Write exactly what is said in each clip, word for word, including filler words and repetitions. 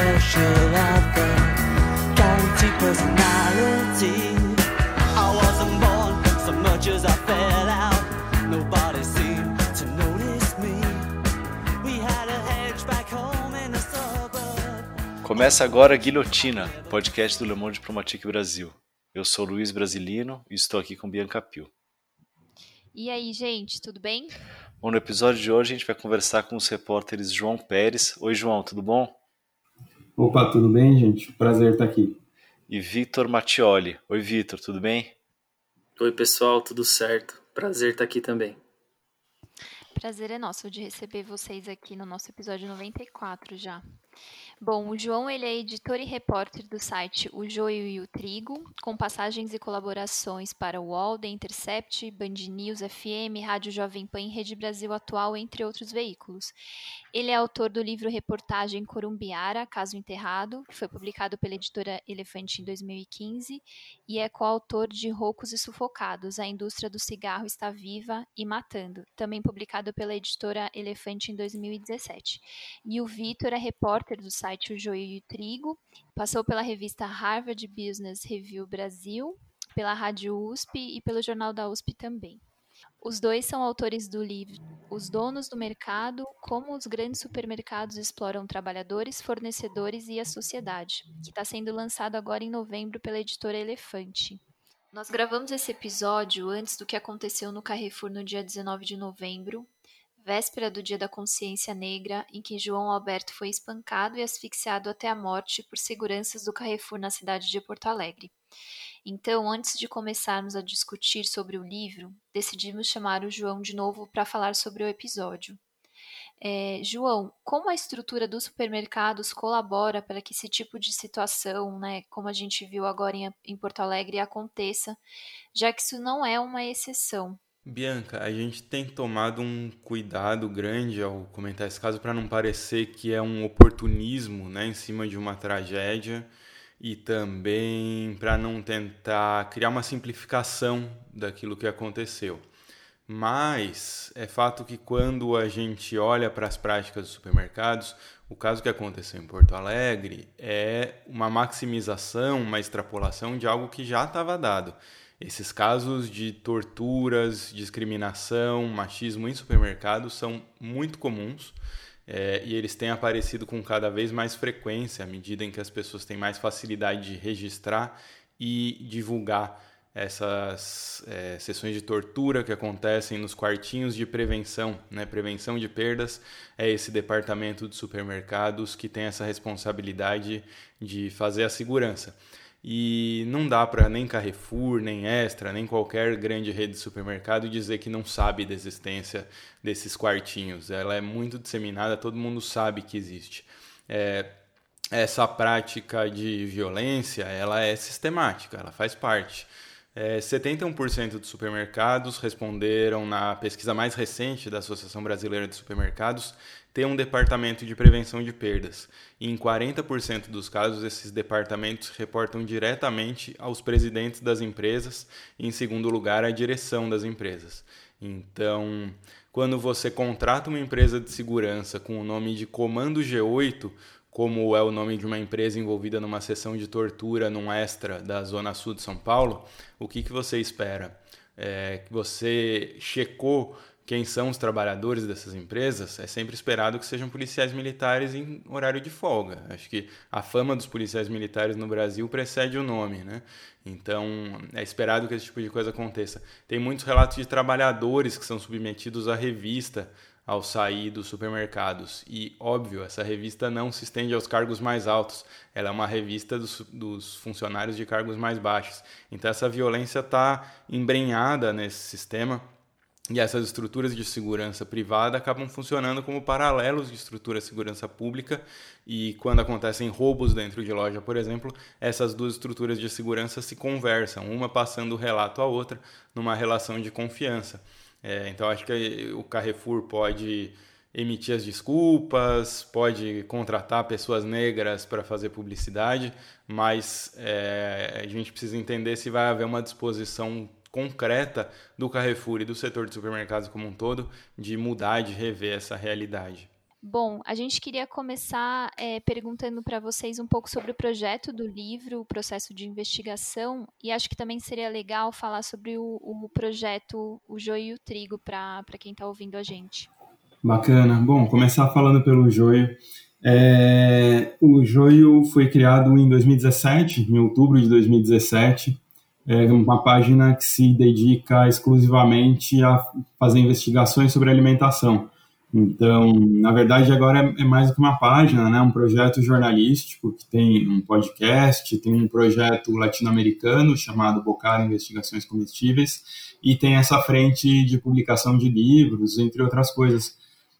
special other, guaranteed personality. I wasn't born so much as I fell out. Nobody seemed to notice me. We had a hedge back home in the suburb. Começa agora a Guilhotina, podcast do Le Monde Diplomatique Brasil. Eu sou Luiz Brasilino e estou aqui com Bianca Pio. E aí, gente, tudo bem? Bom, no episódio de hoje a gente vai conversar com os repórteres João Pérez. Oi, João, tudo bom? Opa, tudo bem, gente? Prazer estar aqui. E Vitor Mattioli. Oi, Vitor, tudo bem? Oi, pessoal, tudo certo? Prazer estar aqui também. Prazer é nosso de receber vocês aqui no nosso episódio noventa e quatro já. Bom, o João ele é editor e repórter do site O Joio e o Trigo, com passagens e colaborações para o U O L, The Intercept, Band News F M, Rádio Jovem Pan e Rede Brasil Atual, entre outros veículos. Ele é autor do livro Reportagem Corumbiara, Caso Enterrado, que foi publicado pela editora Elefante em dois mil e quinze, e é coautor de Roucos e Sufocados, A Indústria do Cigarro Está Viva e Matando, também publicado pela editora Elefante em dois mil e dezessete. E o Vitor é repórter do site O Joio e o Trigo, passou pela revista Harvard Business Review Brasil, pela Rádio U S P e pelo Jornal da U S P também. Os dois são autores do livro Os Donos do Mercado, Como os Grandes Supermercados Exploram Trabalhadores, Fornecedores e a Sociedade, que está sendo lançado agora em novembro pela editora Elefante. Nós gravamos esse episódio antes do que aconteceu no Carrefour no dia dezenove de novembro, véspera do Dia da Consciência Negra, em que João Alberto foi espancado e asfixiado até a morte por seguranças do Carrefour na cidade de Porto Alegre. Então, antes de começarmos a discutir sobre o livro, decidimos chamar o João de novo para falar sobre o episódio. É, João, como a estrutura dos supermercados colabora para que esse tipo de situação, né, como a gente viu agora em, em Porto Alegre, aconteça, já que isso não é uma exceção? Bianca, a gente tem tomado um cuidado grande ao comentar esse caso para não parecer que é um oportunismo, né, em cima de uma tragédia e também para não tentar criar uma simplificação daquilo que aconteceu. Mas é fato que quando a gente olha para as práticas dos supermercados, o caso que aconteceu em Porto Alegre é uma maximização, uma extrapolação de algo que já estava dado. Esses casos de torturas, discriminação, machismo em supermercados são muito comuns é, e eles têm aparecido com cada vez mais frequência à medida em que as pessoas têm mais facilidade de registrar e divulgar essas é, sessões de tortura que acontecem nos quartinhos de prevenção, né? Prevenção de perdas é esse departamento de supermercados que tem essa responsabilidade de fazer a segurança. E não dá para nem Carrefour, nem Extra, nem qualquer grande rede de supermercado dizer que não sabe da existência desses quartinhos. Ela é muito disseminada, todo mundo sabe que existe. É, essa prática de violência, ela é sistemática, ela faz parte. É, setenta e um por cento dos supermercados responderam na pesquisa mais recente da Associação Brasileira de Supermercados ter um departamento de prevenção de perdas. E em quarenta por cento dos casos, esses departamentos reportam diretamente aos presidentes das empresas e, em segundo lugar, à direção das empresas. Então, quando você contrata uma empresa de segurança com o nome de Comando G oito, como é o nome de uma empresa envolvida numa sessão de tortura num Extra da Zona Sul de São Paulo, o que, que você espera? É, que você checou quem são os trabalhadores dessas empresas? É sempre esperado que sejam policiais militares em horário de folga. Acho que a fama dos policiais militares no Brasil precede o nome, né? Então, é esperado que esse tipo de coisa aconteça. Tem muitos relatos de trabalhadores que são submetidos à revista ao sair dos supermercados. E, óbvio, essa revista não se estende aos cargos mais altos. Ela é uma revista dos, dos funcionários de cargos mais baixos. Então, essa violência está embrenhada nesse sistema. E essas estruturas de segurança privada acabam funcionando como paralelos de estrutura de segurança pública e quando acontecem roubos dentro de loja, por exemplo, essas duas estruturas de segurança se conversam, uma passando o relato à outra numa relação de confiança. É, então, acho que o Carrefour pode emitir as desculpas, pode contratar pessoas negras para fazer publicidade, mas é, a gente precisa entender se vai haver uma disposição concreta do Carrefour e do setor de supermercados como um todo de mudar, de rever essa realidade. Bom, a gente queria começar é, perguntando para vocês um pouco sobre o projeto do livro, o processo de investigação, e acho que também seria legal falar sobre o, o projeto O Joio e o Trigo para quem está ouvindo a gente. Bacana. Bom, começar falando pelo Joio. É, o Joio foi criado em dois mil e dezessete, em outubro de dois mil e dezessete. É uma página que se dedica exclusivamente a fazer investigações sobre alimentação. Então, na verdade, agora é mais do que uma página, né? Um projeto jornalístico que tem um podcast, tem um projeto latino-americano chamado Bocara Investigações Comestíveis e tem essa frente de publicação de livros, entre outras coisas.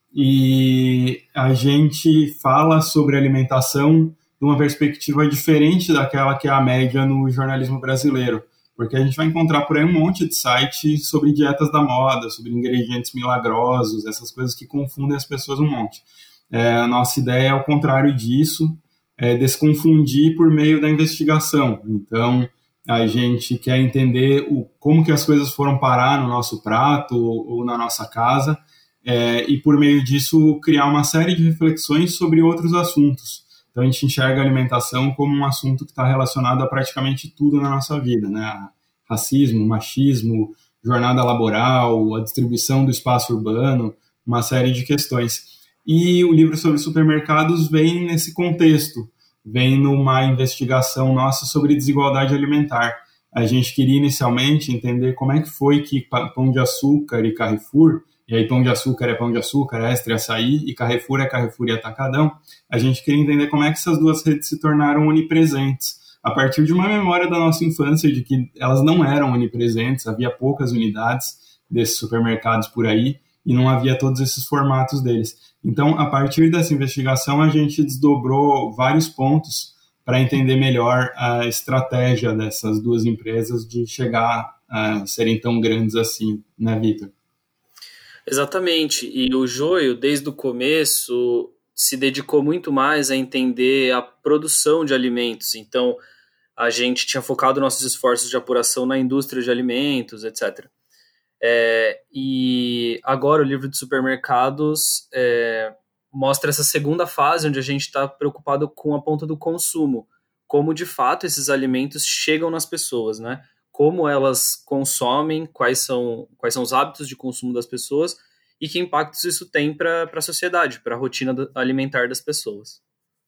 E a gente fala sobre alimentação de uma perspectiva diferente daquela que é a média no jornalismo brasileiro, porque a gente vai encontrar por aí um monte de sites sobre dietas da moda, sobre ingredientes milagrosos, essas coisas que confundem as pessoas um monte. É, a nossa ideia é ao contrário disso, é desconfundir por meio da investigação. Então, a gente quer entender o, como que as coisas foram parar no nosso prato ou, ou na nossa casa, é, e por meio disso criar uma série de reflexões sobre outros assuntos. Então, a gente enxerga a alimentação como um assunto que está relacionado a praticamente tudo na nossa vida, né? Racismo, machismo, jornada laboral, a distribuição do espaço urbano, uma série de questões. E o livro sobre supermercados vem nesse contexto, vem numa investigação nossa sobre desigualdade alimentar. A gente queria inicialmente entender como é que foi que Pão de Açúcar e Carrefour, e aí Pão de Açúcar é Pão de Açúcar, Extra e Açaí, e Carrefour é Carrefour e Atacadão. A gente queria entender como é que essas duas redes se tornaram onipresentes, a partir de uma memória da nossa infância de que elas não eram onipresentes, havia poucas unidades desses supermercados por aí, e não havia todos esses formatos deles. Então, a partir dessa investigação, a gente desdobrou vários pontos para entender melhor a estratégia dessas duas empresas de chegar a serem tão grandes assim, né, Vitor? Exatamente, e o Joio, desde o começo, se dedicou muito mais a entender a produção de alimentos. Então, a gente tinha focado nossos esforços de apuração na indústria de alimentos, etcétera. É, e agora o livro de supermercados é, mostra essa segunda fase, onde a gente está preocupado com a ponta do consumo, como de fato esses alimentos chegam nas pessoas, né? Como elas consomem, quais são, quais são os hábitos de consumo das pessoas e que impactos isso tem para a sociedade, para a rotina alimentar das pessoas.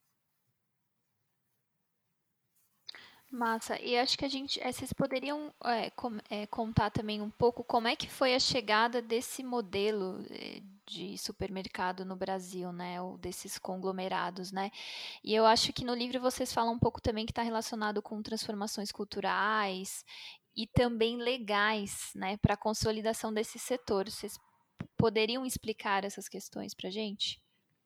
Massa, e acho que a gente, é, vocês poderiam é, com, é, contar também um pouco como é que foi a chegada desse modelo é, de supermercado no Brasil, né, ou desses conglomerados, né, e eu acho que no livro vocês falam um pouco também que está relacionado com transformações culturais e também legais, né, para a consolidação desse setor. Vocês poderiam explicar essas questões para a gente?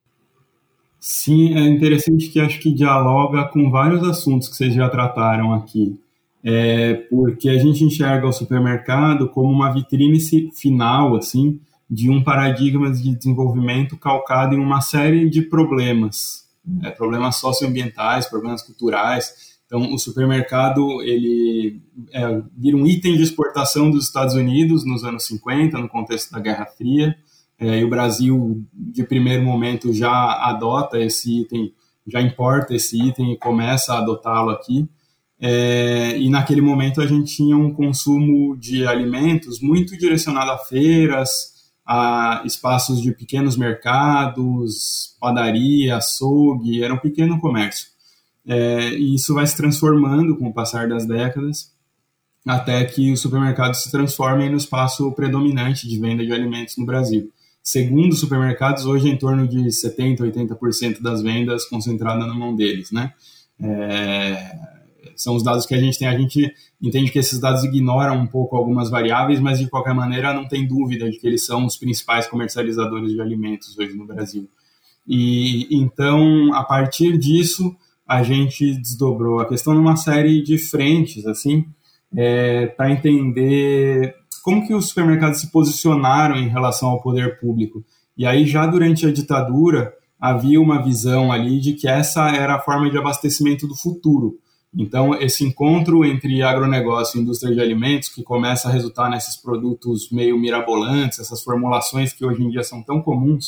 Sim, é interessante que acho que dialoga com vários assuntos que vocês já trataram aqui, é, porque a gente enxerga o supermercado como uma vitrine final, assim, de um paradigma de desenvolvimento calcado em uma série de problemas, é, problemas socioambientais, problemas culturais. Então, o supermercado ele é, vira um item de exportação dos Estados Unidos nos anos cinquenta, no contexto da Guerra Fria. É, e o Brasil, de primeiro momento, já adota esse item, já importa esse item e começa a adotá-lo aqui. É, e naquele momento a gente tinha um consumo de alimentos muito direcionado a feiras, a espaços de pequenos mercados, padaria, açougue, era um pequeno comércio. É, e isso vai se transformando com o passar das décadas, até que os supermercados se transformem no espaço predominante de venda de alimentos no Brasil. Segundo os supermercados, hoje é em torno de setenta por cento, oitenta por cento das vendas concentrada na mão deles, né? É, são os dados que a gente tem. A gente entende que esses dados ignoram um pouco algumas variáveis, mas de qualquer maneira não tem dúvida de que eles são os principais comercializadores de alimentos hoje no Brasil. E então, a partir disso, a gente desdobrou a questão numa série de frentes, assim, é, para entender como que os supermercados se posicionaram em relação ao poder público. E aí, já durante a ditadura, havia uma visão ali de que essa era a forma de abastecimento do futuro. Então, esse encontro entre agronegócio e indústria de alimentos, que começa a resultar nesses produtos meio mirabolantes, essas formulações que hoje em dia são tão comuns,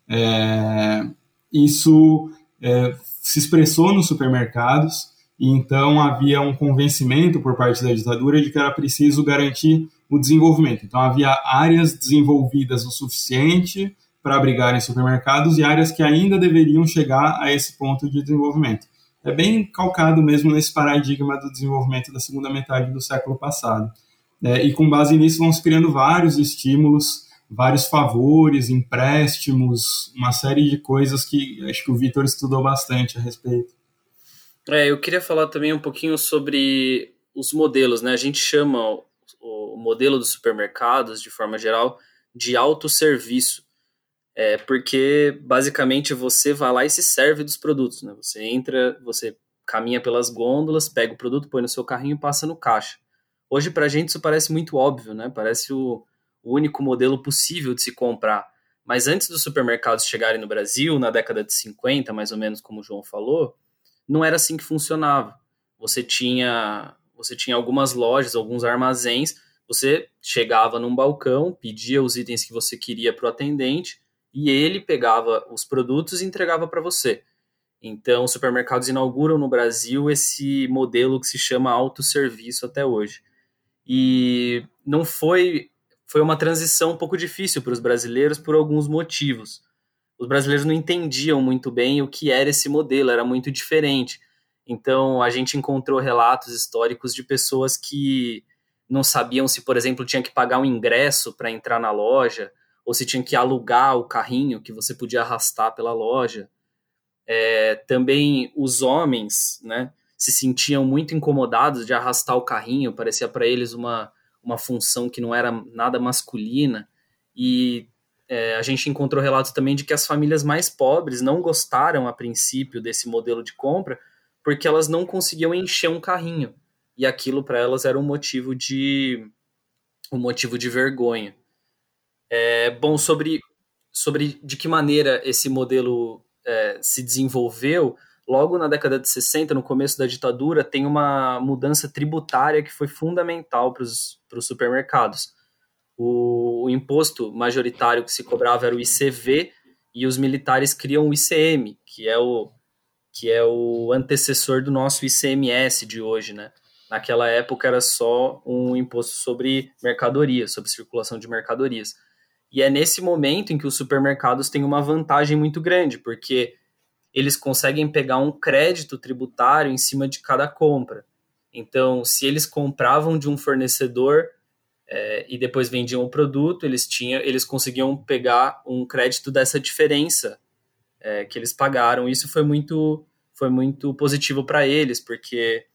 É, isso é, se expressou nos supermercados, e então havia um convencimento por parte da ditadura de que era preciso garantir o desenvolvimento. Então havia áreas desenvolvidas o suficiente para abrigarem supermercados e áreas que ainda deveriam chegar a esse ponto de desenvolvimento. É bem calcado mesmo nesse paradigma do desenvolvimento da segunda metade do século passado. É, e com base nisso vão se criando vários estímulos, vários favores, empréstimos, uma série de coisas que acho que o Vitor estudou bastante a respeito. É, eu queria falar também um pouquinho sobre os modelos, né? A gente chama o, o modelo dos supermercados, de forma geral, de autosserviço. É porque, basicamente, você vai lá e se serve dos produtos, né? Você entra, você caminha pelas gôndolas, pega o produto, põe no seu carrinho e passa no caixa. Hoje, pra gente, isso parece muito óbvio, né? Parece o, o único modelo possível de se comprar. Mas antes dos supermercados chegarem no Brasil, na década de cinquenta, mais ou menos, como o João falou, não era assim que funcionava. Você tinha, você tinha algumas lojas, alguns armazéns, você chegava num balcão, pedia os itens que você queria para o atendente, e ele pegava os produtos e entregava para você. Então, os supermercados inauguram no Brasil esse modelo que se chama autosserviço até hoje. E não foi, foi uma transição um pouco difícil para os brasileiros por alguns motivos. Os brasileiros não entendiam muito bem o que era esse modelo, era muito diferente. Então, a gente encontrou relatos históricos de pessoas que não sabiam se, por exemplo, tinha que pagar um ingresso para entrar na loja, ou se tinha que alugar o carrinho que você podia arrastar pela loja. É, também os homens, né, se sentiam muito incomodados de arrastar o carrinho, parecia para eles uma, uma função que não era nada masculina, e é, a gente encontrou relatos também de que as famílias mais pobres não gostaram a princípio desse modelo de compra, porque elas não conseguiam encher um carrinho, e aquilo para elas era um motivo de, um motivo de vergonha. É, bom, sobre, sobre de que maneira esse modelo é, se desenvolveu, logo na década de sessenta, no começo da ditadura, tem uma mudança tributária que foi fundamental para os supermercados. O, o imposto majoritário que se cobrava era o I C V, e os militares criam o I C M, que é o, que é o antecessor do nosso I C M S de hoje, né? Naquela época era só um imposto sobre mercadorias, sobre circulação de mercadorias. E é nesse momento em que os supermercados têm uma vantagem muito grande, porque eles conseguem pegar um crédito tributário em cima de cada compra. Então, se eles compravam de um fornecedor é, e depois vendiam o produto, eles, tinham, eles conseguiam pegar um crédito dessa diferença é, que eles pagaram. Isso foi muito, foi muito positivo para eles, porque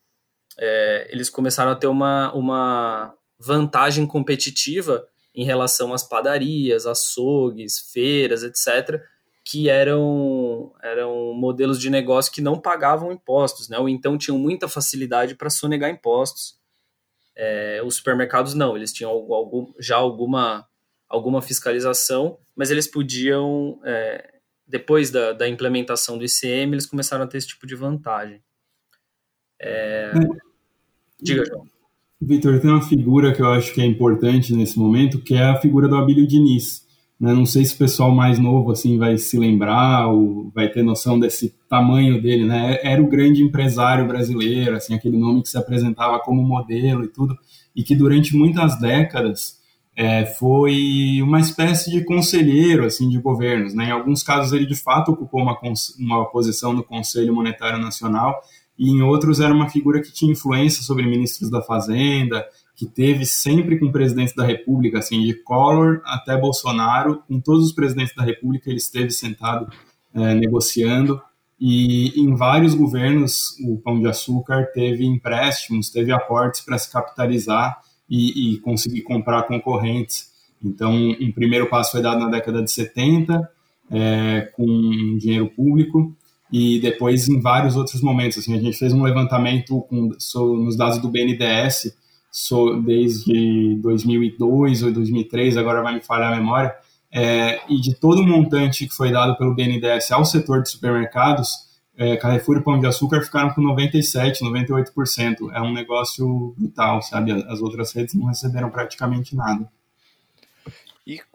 é, eles começaram a ter uma, uma vantagem competitiva em relação às padarias, açougues, feiras, etcétera, que eram, eram modelos de negócio que não pagavam impostos, né? Ou então tinham muita facilidade para sonegar impostos. É, os supermercados não, eles tinham algum, já alguma, alguma fiscalização, mas eles podiam, é, depois da, da implementação do I C M, eles começaram a ter esse tipo de vantagem. É... Diga, João. Vitor, tem uma figura que eu acho que é importante nesse momento, que é a figura do Abílio Diniz. Né? Não sei se o pessoal mais novo assim, vai se lembrar ou vai ter noção desse tamanho dele. Né? Era o grande empresário brasileiro, assim, aquele nome que se apresentava como modelo e tudo, e que durante muitas décadas é, foi uma espécie de conselheiro assim, de governos. Né? Em alguns casos ele de fato ocupou uma, uma posição no Conselho Monetário Nacional, e em outros era uma figura que tinha influência sobre ministros da Fazenda, que teve sempre com presidentes da República, assim, de Collor até Bolsonaro, com todos os presidentes da República ele esteve sentado é, negociando, e em vários governos o Pão de Açúcar teve empréstimos, teve aportes para se capitalizar e, e conseguir comprar concorrentes. Então, um primeiro passo foi dado na década de setenta, é, com dinheiro público, e depois em vários outros momentos. Assim, a gente fez um levantamento com, so, nos dados do B N D E S, so, desde dois mil e dois ou dois mil e três, agora vai me falhar a memória, é, e de todo o montante que foi dado pelo B N D E S ao setor de supermercados, é, Carrefour e Pão de Açúcar ficaram com noventa e sete por cento, noventa e oito por cento. É um negócio brutal, sabe? As outras redes não receberam praticamente nada. E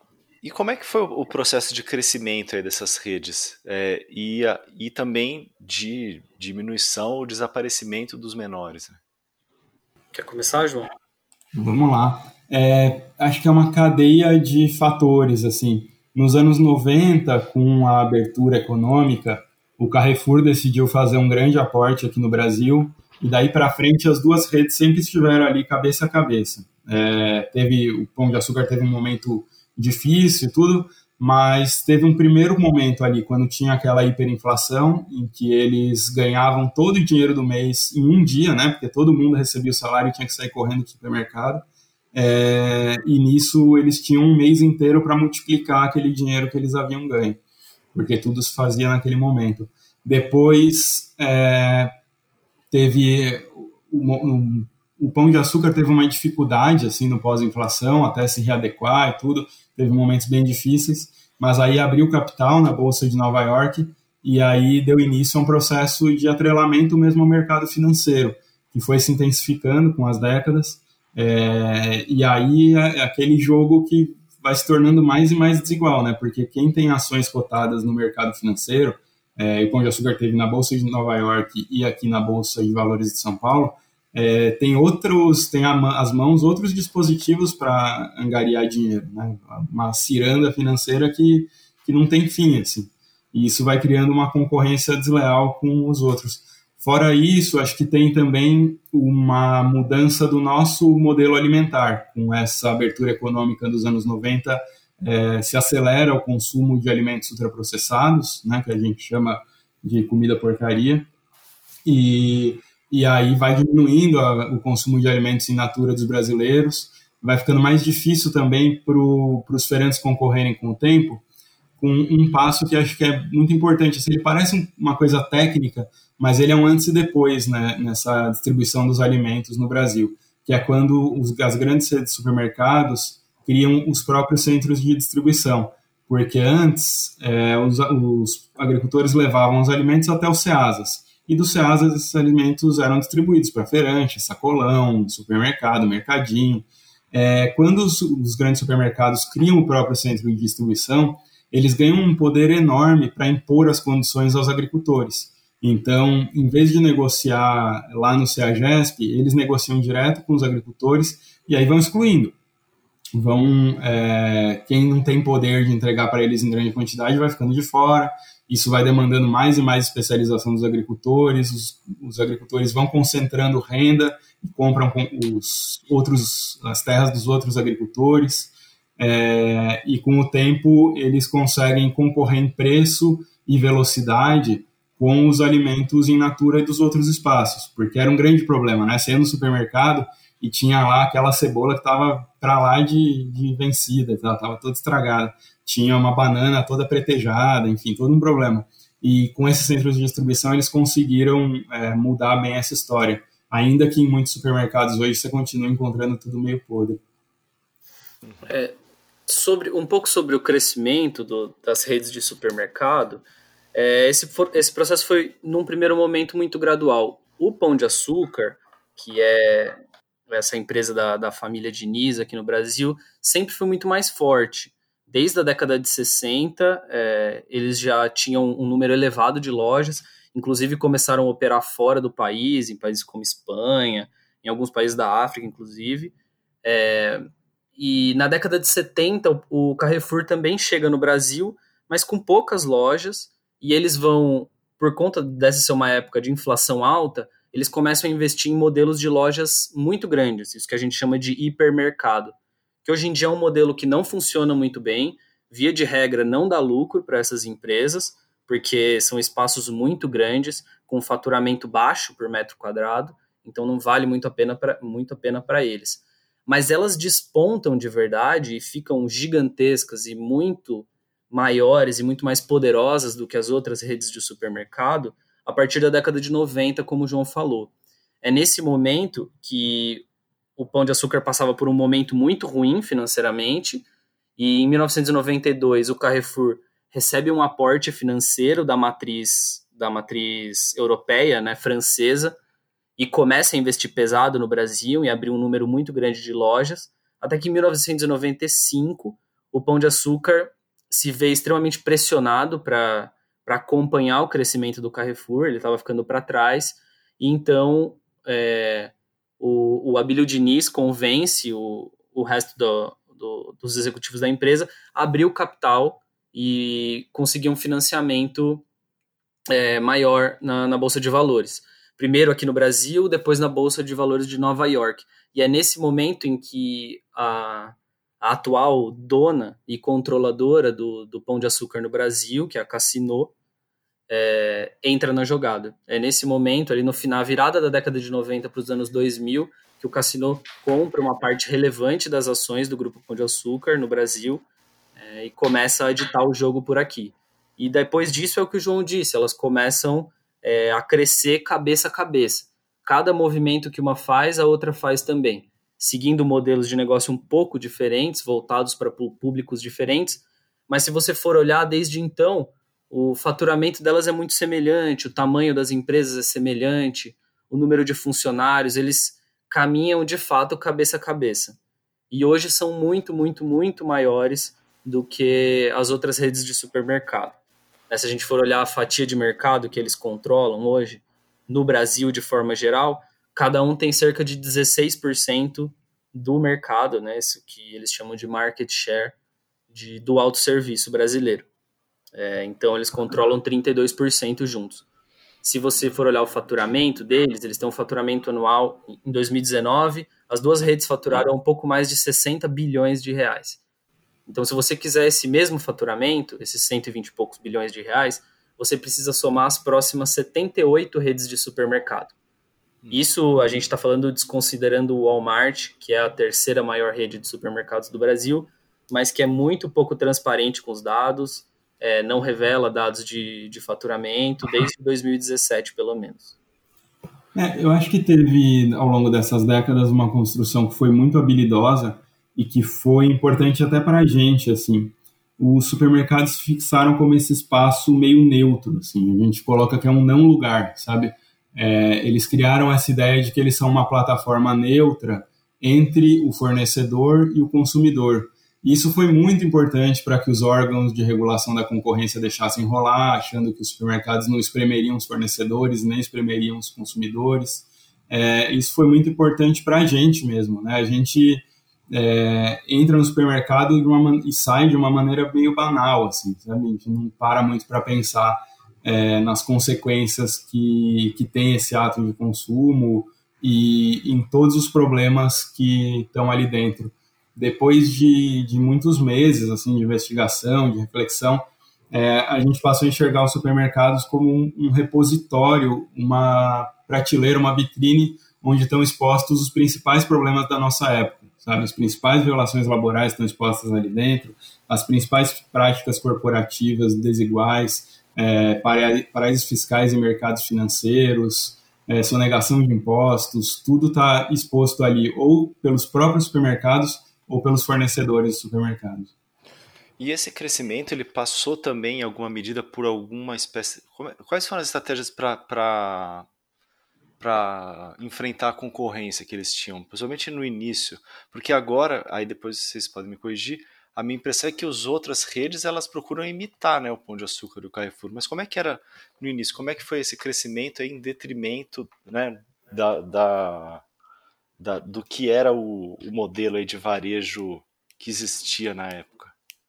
E como é que foi o processo de crescimento aí dessas redes? É, e, a, e também de diminuição ou desaparecimento dos menores? Né? Quer começar, João? Vamos lá. É, acho que é uma cadeia de fatores, assim. Nos anos noventa, com a abertura econômica, o Carrefour decidiu fazer um grande aporte aqui no Brasil, e daí para frente as duas redes sempre estiveram ali cabeça a cabeça. É, teve, o Pão de Açúcar teve um momento difícil e tudo, mas teve um primeiro momento ali, quando tinha aquela hiperinflação, em que eles ganhavam todo o dinheiro do mês em um dia, né? Porque todo mundo recebia o salário e tinha que sair correndo do supermercado. É, e nisso eles tinham um mês inteiro para multiplicar aquele dinheiro que eles haviam ganho, porque tudo se fazia naquele momento. Depois, é, teve o, o Pão de Açúcar teve uma dificuldade assim no pós-inflação, até se readequar e tudo, teve momentos bem difíceis, mas aí abriu capital na Bolsa de Nova York e aí deu início a um processo de atrelamento mesmo ao mercado financeiro, que foi se intensificando com as décadas, é, e aí é aquele jogo que vai se tornando mais e mais desigual, né? Porque quem tem ações cotadas no mercado financeiro, é, e o Pão de Açúcar teve na Bolsa de Nova York e aqui na Bolsa de Valores de São Paulo, é, tem outros, tem a, as mãos outros dispositivos para angariar dinheiro, né? Uma ciranda financeira que, que não tem fim, assim. E isso vai criando uma concorrência desleal com os outros. Fora isso, acho que tem também uma mudança do nosso modelo alimentar. Com essa abertura econômica dos anos noventa, é, se acelera o consumo de alimentos ultraprocessados, né, que a gente chama de comida porcaria, e, e aí vai diminuindo a, o consumo de alimentos in natura dos brasileiros, vai ficando mais difícil também para os feirantes concorrerem com o tempo, com um passo que acho que é muito importante. Assim, ele parece uma coisa técnica, mas ele é um antes e depois, né, nessa distribuição dos alimentos no Brasil, que é quando os, as grandes redes de supermercados criam os próprios centros de distribuição, porque antes é, os, os agricultores levavam os alimentos até os ceasas, e dos ceasas esses alimentos eram distribuídos para feirante, sacolão, supermercado, mercadinho. É, quando os, os grandes supermercados criam o próprio centro de distribuição, eles ganham um poder enorme para impor as condições aos agricultores. Então, em vez de negociar lá no CEAGESP, eles negociam direto com os agricultores e aí vão excluindo. Vão, é, quem não tem poder de entregar para eles em grande quantidade vai ficando de fora. Isso vai demandando mais e mais especialização dos agricultores. Os, os agricultores vão concentrando renda e compram com os outros, as terras dos outros agricultores. É, e com o tempo eles conseguem concorrer em preço e velocidade com os alimentos in natura dos outros espaços, porque era um grande problema, né? Você ia no supermercado e tinha lá aquela cebola que estava para lá de, de vencida, estava toda estragada, tinha uma banana toda pretejada, enfim, todo um problema. E com esses centros de distribuição eles conseguiram é, mudar bem essa história, ainda que em muitos supermercados hoje você continua encontrando tudo meio podre. É, sobre, um pouco sobre o crescimento do, das redes de supermercado, é, esse, for, esse processo foi, num primeiro momento, muito gradual. O Pão de Açúcar, que é essa empresa da, da família Diniz aqui no Brasil, sempre foi muito mais forte. Desde a década de sessenta, é, eles já tinham um número elevado de lojas, inclusive começaram a operar fora do país, em países como Espanha, em alguns países da África, inclusive. É, e na década de setenta, o Carrefour também chega no Brasil, mas com poucas lojas, e eles vão, por conta dessa ser uma época de inflação alta, eles começam a investir em modelos de lojas muito grandes, isso que a gente chama de hipermercado, que hoje em dia é um modelo que não funciona muito bem, via de regra não dá lucro para essas empresas, porque são espaços muito grandes, com faturamento baixo por metro quadrado, então não vale muito a pena pra, muito a pena para eles. Mas elas despontam de verdade e ficam gigantescas e muito maiores e muito mais poderosas do que as outras redes de supermercado a partir da década de noventa, como o João falou. É nesse momento que o Pão de Açúcar passava por um momento muito ruim financeiramente, e em mil novecentos e noventa e dois o Carrefour recebe um aporte financeiro da matriz, da matriz europeia, né, francesa, e começa a investir pesado no Brasil e abrir um número muito grande de lojas, até que em mil novecentos e noventa e cinco o Pão de Açúcar se vê extremamente pressionado para acompanhar o crescimento do Carrefour, ele estava ficando para trás, e então é, o, o Abílio Diniz convence o, o resto do, do, dos executivos da empresa a abrir o capital e conseguir um financiamento é, maior na, na Bolsa de Valores. Primeiro aqui no Brasil, depois na Bolsa de Valores de Nova York. E é nesse momento em que a, a atual dona e controladora do, do Pão de Açúcar no Brasil, que é a Casino, é, entra na jogada. É nesse momento, ali no final, virada da década de noventa para os anos dois mil, que o Casino compra uma parte relevante das ações do Grupo Pão de Açúcar no Brasil é, e começa a editar o jogo por aqui. E depois disso é o que o João disse, elas começam é, a crescer cabeça a cabeça. Cada movimento que uma faz, a outra faz também, seguindo modelos de negócio um pouco diferentes, voltados para públicos diferentes, mas se você for olhar desde então, o faturamento delas é muito semelhante, o tamanho das empresas é semelhante, o número de funcionários, eles caminham de fato cabeça a cabeça. E hoje são muito, muito, muito maiores do que as outras redes de supermercado. Se a gente for olhar a fatia de mercado que eles controlam hoje, no Brasil de forma geral, cada um tem cerca de dezesseis por cento do mercado, né, isso que eles chamam de market share de, do autosserviço brasileiro. É, então, eles controlam trinta e dois por cento juntos. Se você for olhar o faturamento deles, eles têm um faturamento anual, em dois mil e dezenove, as duas redes faturaram um pouco mais de sessenta bilhões de reais. Então, se você quiser esse mesmo faturamento, esses cento e vinte e poucos bilhões de reais, você precisa somar as próximas setenta e oito redes de supermercado. Isso a gente está falando desconsiderando o Walmart, que é a terceira maior rede de supermercados do Brasil, mas que é muito pouco transparente com os dados, é, não revela dados de, de faturamento desde dois mil e dezessete, pelo menos. É, eu acho que teve, ao longo dessas décadas, uma construção que foi muito habilidosa e que foi importante até para a gente, assim. Os supermercados se fixaram como esse espaço meio neutro, assim, a gente coloca que é um não lugar, sabe? É, eles criaram essa ideia de que eles são uma plataforma neutra entre o fornecedor e o consumidor. Isso foi muito importante para que os órgãos de regulação da concorrência deixassem rolar, achando que os supermercados não espremeriam os fornecedores, nem espremeriam os consumidores. É, isso foi muito importante para a gente mesmo, né? A gente é, entra no supermercado de uma, e sai de uma maneira meio banal, assim, sabe? A gente não para muito para pensar é, nas consequências que, que tem esse ato de consumo e em todos os problemas que estão ali dentro. Depois de, de muitos meses assim, de investigação, de reflexão, é, a gente passou a enxergar os supermercados como um, um repositório, uma prateleira, uma vitrine onde estão expostos os principais problemas da nossa época, sabe? As principais violações laborais estão expostas ali dentro, as principais práticas corporativas desiguais, é, paraísos fiscais e mercados financeiros, é, sonegação de impostos, tudo está exposto ali ou pelos próprios supermercados ou pelos fornecedores de supermercados. E esse crescimento, ele passou também, em alguma medida, por alguma espécie... Quais foram as estratégias para para enfrentar a concorrência que eles tinham, principalmente no início? Porque agora, aí depois vocês podem me corrigir, a minha impressão é que as outras redes, elas procuram imitar, né, o Pão de Açúcar e o Carrefour. Mas como é que era no início? Como é que foi esse crescimento aí em detrimento, né, da... da Da, do que era o, o modelo aí de varejo que existia na época?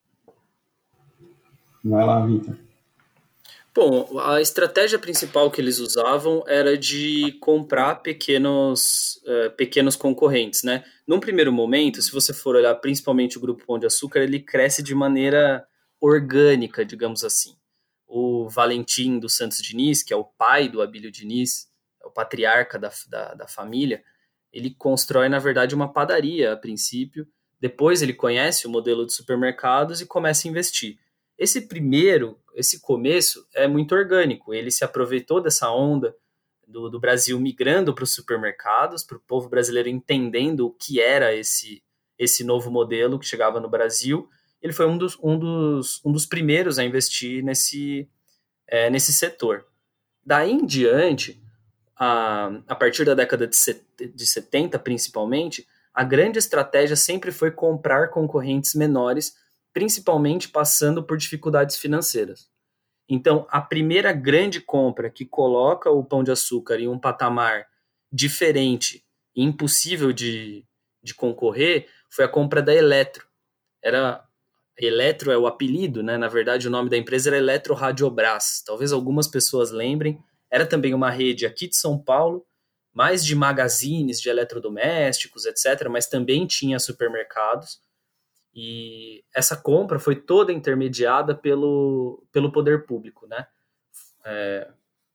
Vai lá, Vitor. Bom, a estratégia principal que eles usavam era de comprar pequenos, uh, pequenos concorrentes, né? Num primeiro momento, se você for olhar principalmente o Grupo Pão de Açúcar, ele cresce de maneira orgânica, digamos assim. O Valentim dos Santos Diniz, que é o pai do Abílio Diniz, é o patriarca da, da, da família, ele constrói, na verdade, uma padaria a princípio, depois ele conhece o modelo de supermercados e começa a investir. Esse primeiro, esse começo é muito orgânico, ele se aproveitou dessa onda do, do Brasil migrando para os supermercados, para o povo brasileiro entendendo o que era esse, esse novo modelo que chegava no Brasil. Ele foi um dos, um dos, um dos primeiros a investir nesse, é, nesse setor. Daí em diante, A, a partir da década de, set, de setenta, principalmente, a grande estratégia sempre foi comprar concorrentes menores principalmente passando por dificuldades financeiras. Então, a primeira grande compra que coloca o Pão de Açúcar em um patamar diferente e impossível de, de concorrer foi a compra da Eletro. Era, Eletro é o apelido, né? Na verdade, o nome da empresa era Eletro Radiobras. Talvez algumas pessoas lembrem. Era também uma rede aqui de São Paulo, mais de magazines, de eletrodomésticos, etcétera, mas também tinha supermercados. E essa compra foi toda intermediada pelo, pelo poder público, né? É,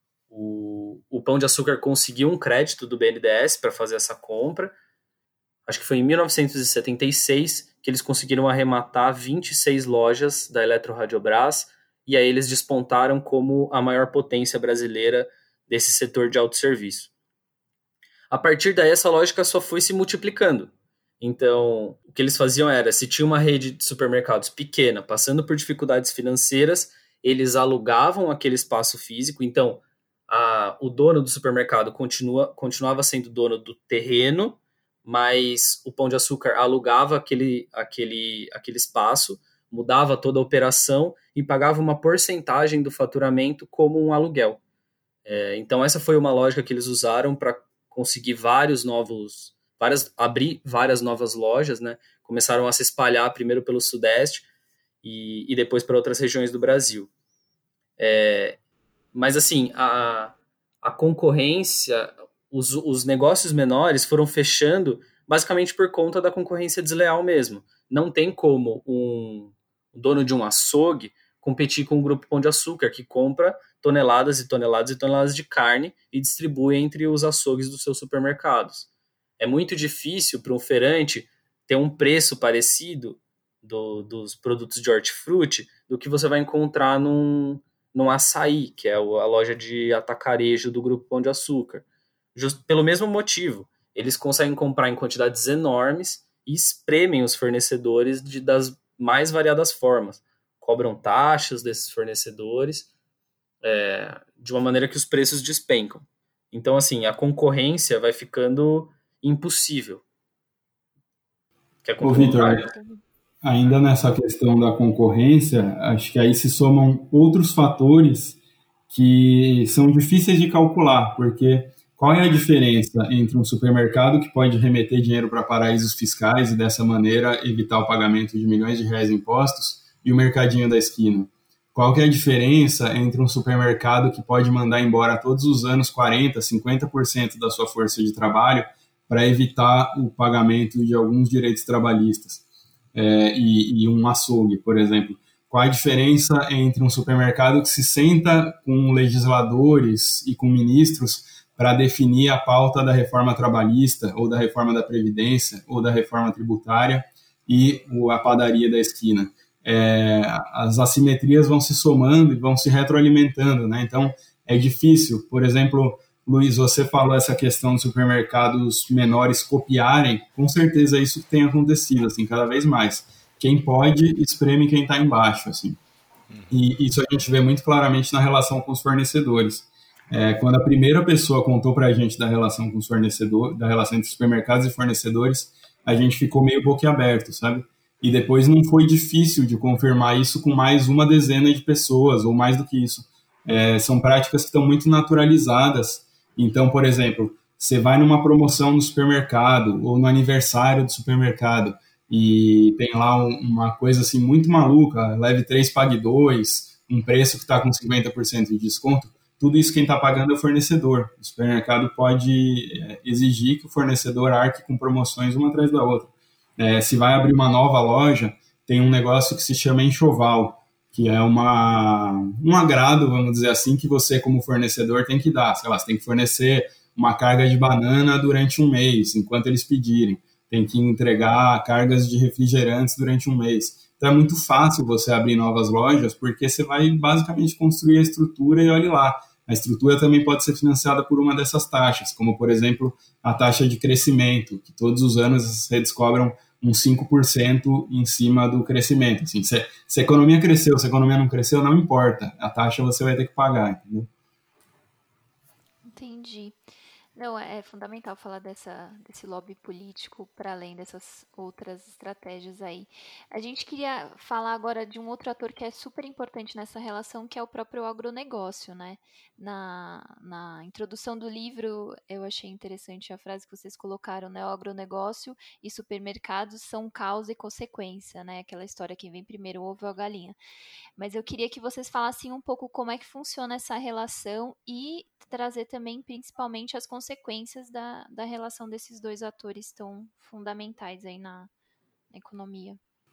o, o Pão de Açúcar conseguiu um crédito do B N D E S para fazer essa compra. Acho que foi em mil novecentos e setenta e seis que eles conseguiram arrematar vinte e seis lojas da Eletro Radiobras, e aí eles despontaram como a maior potência brasileira desse setor de autosserviço. A partir daí, essa lógica só foi se multiplicando. Então, o que eles faziam era, se tinha uma rede de supermercados pequena, passando por dificuldades financeiras, eles alugavam aquele espaço físico. Então, a, o dono do supermercado continua, continuava sendo dono do terreno, mas o Pão de Açúcar alugava aquele, aquele, aquele espaço, mudava toda a operação e pagava uma porcentagem do faturamento como um aluguel. É, então, essa foi uma lógica que eles usaram para conseguir vários novos... Várias, abrir várias novas lojas, né? Começaram a se espalhar primeiro pelo Sudeste e, e depois para outras regiões do Brasil. É, mas, assim, a, a concorrência, os, os negócios menores foram fechando basicamente por conta da concorrência desleal mesmo. Não tem como um dono de um açougue competir com o Grupo Pão de Açúcar, que compra toneladas e toneladas e toneladas de carne e distribui entre os açougues dos seus supermercados. É muito difícil para um feirante ter um preço parecido do, dos produtos de hortifruti do que você vai encontrar num, num açaí, que é a loja de atacarejo do Grupo Pão de Açúcar. Just, pelo mesmo motivo, eles conseguem comprar em quantidades enormes e espremem os fornecedores de, das mais variadas formas. Cobram taxas desses fornecedores é, de uma maneira que os preços despencam. Então, assim, a concorrência vai ficando impossível. Ô, Vitor, ainda nessa questão da concorrência, acho que aí se somam outros fatores que são difíceis de calcular, porque qual é a diferença entre um supermercado que pode remeter dinheiro para paraísos fiscais e dessa maneira evitar o pagamento de milhões de reais em impostos e o mercadinho da esquina? Qual que é a diferença entre um supermercado que pode mandar embora todos os anos quarenta por cento, cinquenta por cento da sua força de trabalho para evitar o pagamento de alguns direitos trabalhistas é, e, e um açougue, por exemplo? Qual a diferença entre um supermercado que se senta com legisladores e com ministros para definir a pauta da reforma trabalhista ou da reforma da Previdência ou da reforma tributária e a padaria da esquina? É, as assimetrias vão se somando e vão se retroalimentando, né? Então, é difícil. Por exemplo, Luiz, você falou essa questão de supermercados menores copiarem, com certeza isso tem acontecido, assim, cada vez mais. Quem pode, espreme quem está embaixo, assim. E isso a gente vê muito claramente na relação com os fornecedores. É, quando a primeira pessoa contou para a gente da relação com os fornecedores, da relação entre supermercados e fornecedores, a gente ficou meio boquiaberto, sabe? E depois não foi difícil de confirmar isso com mais uma dezena de pessoas, ou mais do que isso. É, são práticas que estão muito naturalizadas. Então, por exemplo, você vai numa promoção no supermercado ou no aniversário do supermercado e tem lá um, uma coisa assim muito maluca, leve três, pague dois, um preço que está com cinquenta por cento de desconto, tudo isso quem está pagando é o fornecedor. O supermercado pode é, exigir que o fornecedor arque com promoções uma atrás da outra. É, se vai abrir uma nova loja, tem um negócio que se chama enxoval, que é uma, um agrado, vamos dizer assim, que você, como fornecedor, tem que dar. Sei lá, você tem que fornecer uma carga de banana durante um mês, enquanto eles pedirem. Tem que entregar cargas de refrigerantes durante um mês. Então é muito fácil você abrir novas lojas, porque você vai basicamente construir a estrutura e olhe lá. A estrutura também pode ser financiada por uma dessas taxas, como, por exemplo, a taxa de crescimento, que todos os anos as redes cobram uns cinco por cento em cima do crescimento. Assim, se, se a economia cresceu, se a economia não cresceu, não importa. A taxa você vai ter que pagar, entendeu? Entendi. Não, é é fundamental falar dessa, desse lobby político para além dessas outras estratégias aí. A gente queria falar agora de um outro ator que é super importante nessa relação, que é o próprio agronegócio, né? Na, na introdução do livro, eu achei interessante a frase que vocês colocaram, né? O agronegócio e supermercados são causa e consequência, né? Aquela história que vem primeiro o ovo ou a galinha. Mas eu queria que vocês falassem um pouco como é que funciona essa relação e trazer também, principalmente, as consequências da, da relação desses dois atores tão fundamentais aí na, na economia.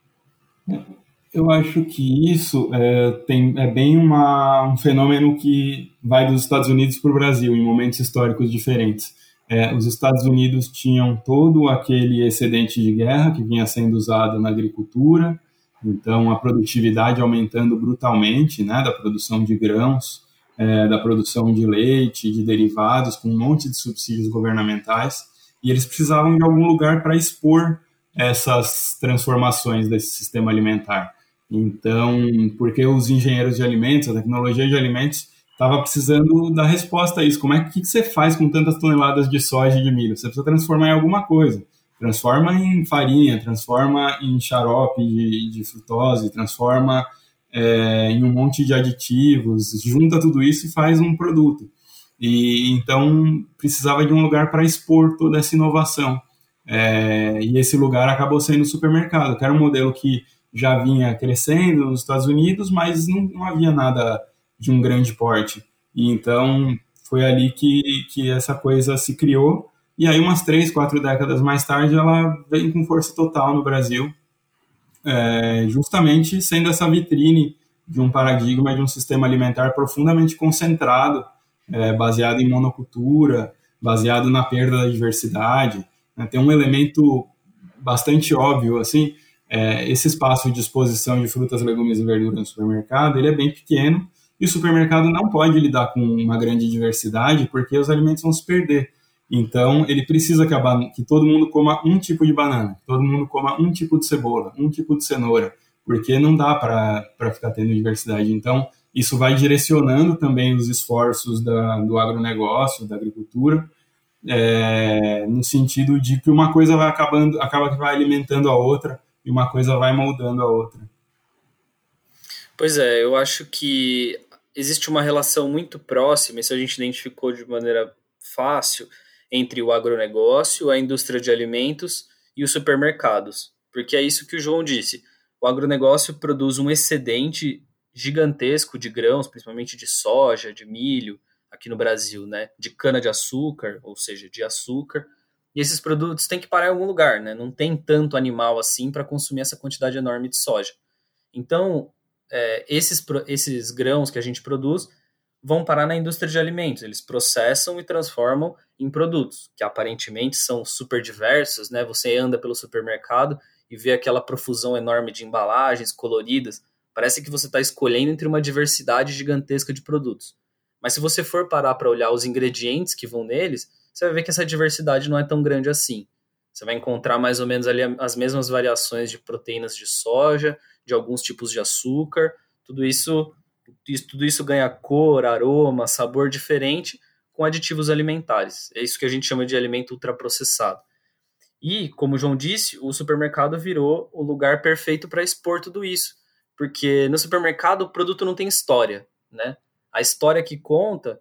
Eu acho que isso é, tem, é bem uma, um fenômeno que vai dos Estados Unidos para o Brasil, em momentos históricos diferentes. É, os Estados Unidos tinham todo aquele excedente de guerra que vinha sendo usado na agricultura, então a produtividade aumentando brutalmente, né, da produção de grãos, é, da produção de leite, de derivados, com um monte de subsídios governamentais, e eles precisavam de algum lugar para expor essas transformações desse sistema alimentar. Então, porque os engenheiros de alimentos, a tecnologia de alimentos, estava precisando da resposta a isso. Como é que, que você faz com tantas toneladas de soja e de milho? Você precisa transformar em alguma coisa. Transforma em farinha, transforma em xarope de, de frutose, transforma é, em um monte de aditivos, junta tudo isso e faz um produto. E então precisava de um lugar para expor toda essa inovação. É, e esse lugar acabou sendo o supermercado, que era um modelo que já vinha crescendo nos Estados Unidos, mas não, não havia nada de um grande porte. E então foi ali que, que essa coisa se criou. E aí, umas três, quatro décadas mais tarde, ela veio com força total no Brasil, é, justamente sendo essa vitrine de um paradigma de um sistema alimentar profundamente concentrado, é, baseado em monocultura, baseado na perda da diversidade. Né? Tem um elemento bastante óbvio, assim, é, esse espaço de exposição de frutas, legumes e verduras no supermercado, ele é bem pequeno, e o supermercado não pode lidar com uma grande diversidade, porque os alimentos vão se perder. Então, ele precisa que, a ban- que todo mundo coma um tipo de banana, que todo mundo coma um tipo de cebola, um tipo de cenoura, porque não dá para ficar tendo diversidade. Então, isso vai direcionando também os esforços da, do agronegócio, da agricultura, é, no sentido de que uma coisa vai acabando, acaba que vai alimentando a outra e uma coisa vai moldando a outra. Pois é, eu acho que existe uma relação muito próxima, isso a gente identificou de maneira fácil, entre o agronegócio, a indústria de alimentos e os supermercados. Porque é isso que o João disse. O agronegócio produz um excedente gigantesco de grãos, principalmente de soja, de milho, aqui no Brasil, né? De cana-de-açúcar, ou seja, de açúcar. E esses produtos têm que parar em algum lugar, né? Não tem tanto animal assim para consumir essa quantidade enorme de soja. Então, é, esses, esses grãos que a gente produz vão parar na indústria de alimentos. Eles processam e transformam em produtos, que aparentemente são super diversos, né? Você anda pelo supermercado e vê aquela profusão enorme de embalagens coloridas. Parece que você está escolhendo entre uma diversidade gigantesca de produtos. Mas se você for parar para olhar os ingredientes que vão neles, você vai ver que essa diversidade não é tão grande assim. Você vai encontrar mais ou menos ali as mesmas variações de proteínas de soja, de alguns tipos de açúcar, tudo isso... Isso, tudo isso ganha cor, aroma, sabor diferente com aditivos alimentares. É isso que a gente chama de alimento ultraprocessado. E, como o João disse, o supermercado virou o lugar perfeito para expor tudo isso. Porque no supermercado o produto não tem história, né? A história que conta,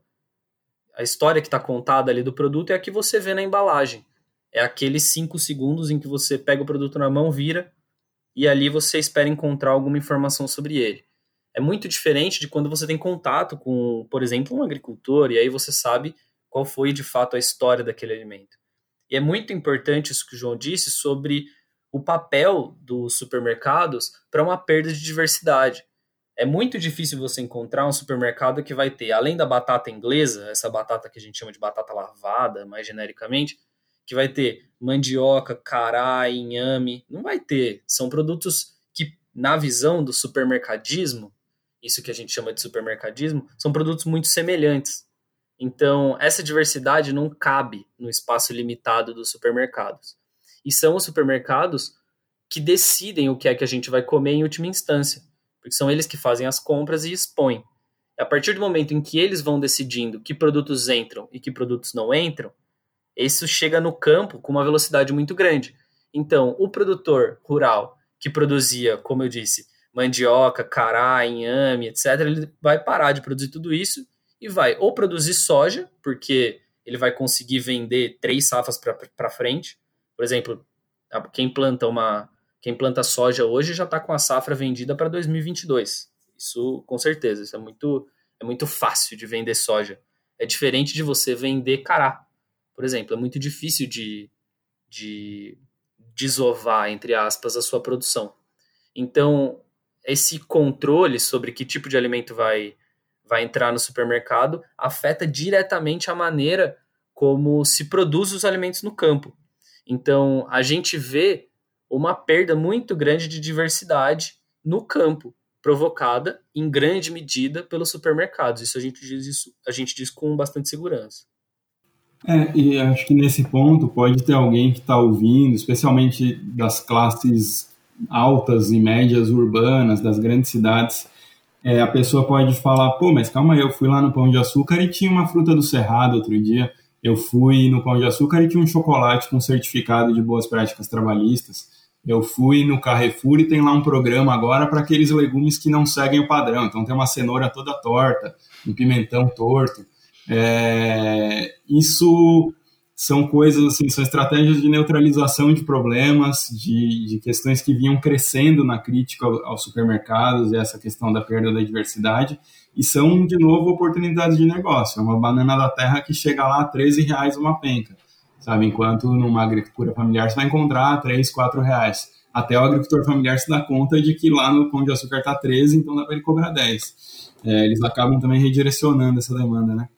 a história que está contada ali do produto é a que você vê na embalagem. É aqueles cinco segundos em que você pega o produto na mão, vira, e ali você espera encontrar alguma informação sobre ele. É muito diferente de quando você tem contato com, por exemplo, um agricultor, e aí você sabe qual foi, de fato, a história daquele alimento. E é muito importante isso que o João disse sobre o papel dos supermercados para uma perda de diversidade. É muito difícil você encontrar um supermercado que vai ter, além da batata inglesa, essa batata que a gente chama de batata lavada, mais genericamente, que vai ter mandioca, cará, inhame. Não vai ter. São produtos que, na visão do supermercadismo, isso que a gente chama de supermercadismo, são produtos muito semelhantes. Então, essa diversidade não cabe no espaço limitado dos supermercados. E são os supermercados que decidem o que é que a gente vai comer em última instância, porque são eles que fazem as compras e expõem. E a partir do momento em que eles vão decidindo que produtos entram e que produtos não entram, isso chega no campo com uma velocidade muito grande. Então, o produtor rural que produzia, como eu disse, mandioca, cará, inhame, etcétera, ele vai parar de produzir tudo isso e vai ou produzir soja, porque ele vai conseguir vender três safras para frente. Por exemplo, quem planta, uma, quem planta soja hoje já está com a safra vendida para dois mil e vinte e dois. Isso, com certeza, isso é muito, é muito fácil de vender soja. É diferente de você vender cará, por exemplo. É muito difícil de, de desovar, entre aspas, a sua produção. Então, esse controle sobre que tipo de alimento vai, vai entrar no supermercado afeta diretamente a maneira como se produz os alimentos no campo. Então, a gente vê uma perda muito grande de diversidade no campo, provocada em grande medida pelos supermercados. Isso a gente diz, isso, a gente diz com bastante segurança. É, e acho que nesse ponto pode ter alguém que está ouvindo, especialmente das classes altas e médias urbanas, das grandes cidades, é, a pessoa pode falar, pô, mas calma aí, eu fui lá no Pão de Açúcar e tinha uma fruta do Cerrado outro dia, eu fui no Pão de Açúcar e tinha um chocolate com certificado de boas práticas trabalhistas, eu fui no Carrefour e tem lá um programa agora para aqueles legumes que não seguem o padrão, então tem uma cenoura toda torta, um pimentão torto. É, isso são coisas assim, são estratégias de neutralização de problemas, de, de questões que vinham crescendo na crítica ao, aos supermercados e essa questão da perda da diversidade, e são de novo oportunidades de negócio. É uma banana da terra que chega lá a treze reais uma penca, sabe? Enquanto numa agricultura familiar você vai encontrar a três, quatro reais, até o agricultor familiar se dá conta de que lá no Pão de Açúcar está treze, então dá para ele cobrar dez. É, eles acabam também redirecionando essa demanda, né?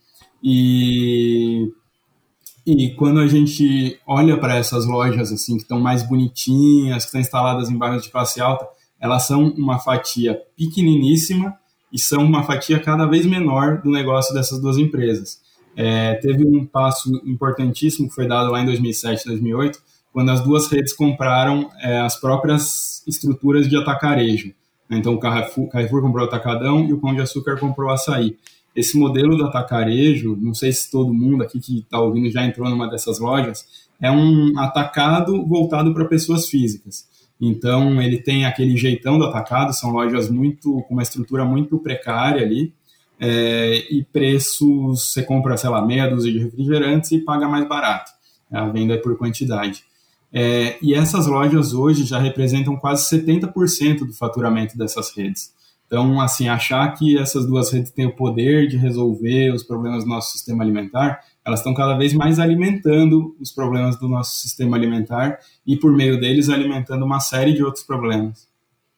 E, e quando a gente olha para essas lojas assim, que estão mais bonitinhas, que estão instaladas em bairros de classe alta, elas são uma fatia pequeniníssima e são uma fatia cada vez menor do negócio dessas duas empresas. É, teve um passo importantíssimo que foi dado lá em dois mil e sete, dois mil e oito, quando as duas redes compraram é, as próprias estruturas de atacarejo. Então o Carrefour, Carrefour comprou o Atacadão e o Pão de Açúcar comprou o Açaí. Esse modelo do atacarejo, não sei se todo mundo aqui que está ouvindo já entrou numa dessas lojas, é um atacado voltado para pessoas físicas. Então, ele tem aquele jeitão do atacado, são lojas muito, com uma estrutura muito precária ali, é, e preços, você compra, sei lá, meia dúzia de refrigerantes e paga mais barato. A venda é por quantidade. É, e essas lojas hoje já representam quase setenta por cento do faturamento dessas redes. Então, assim, achar que essas duas redes têm o poder de resolver os problemas do nosso sistema alimentar, elas estão cada vez mais alimentando os problemas do nosso sistema alimentar e, por meio deles, alimentando uma série de outros problemas.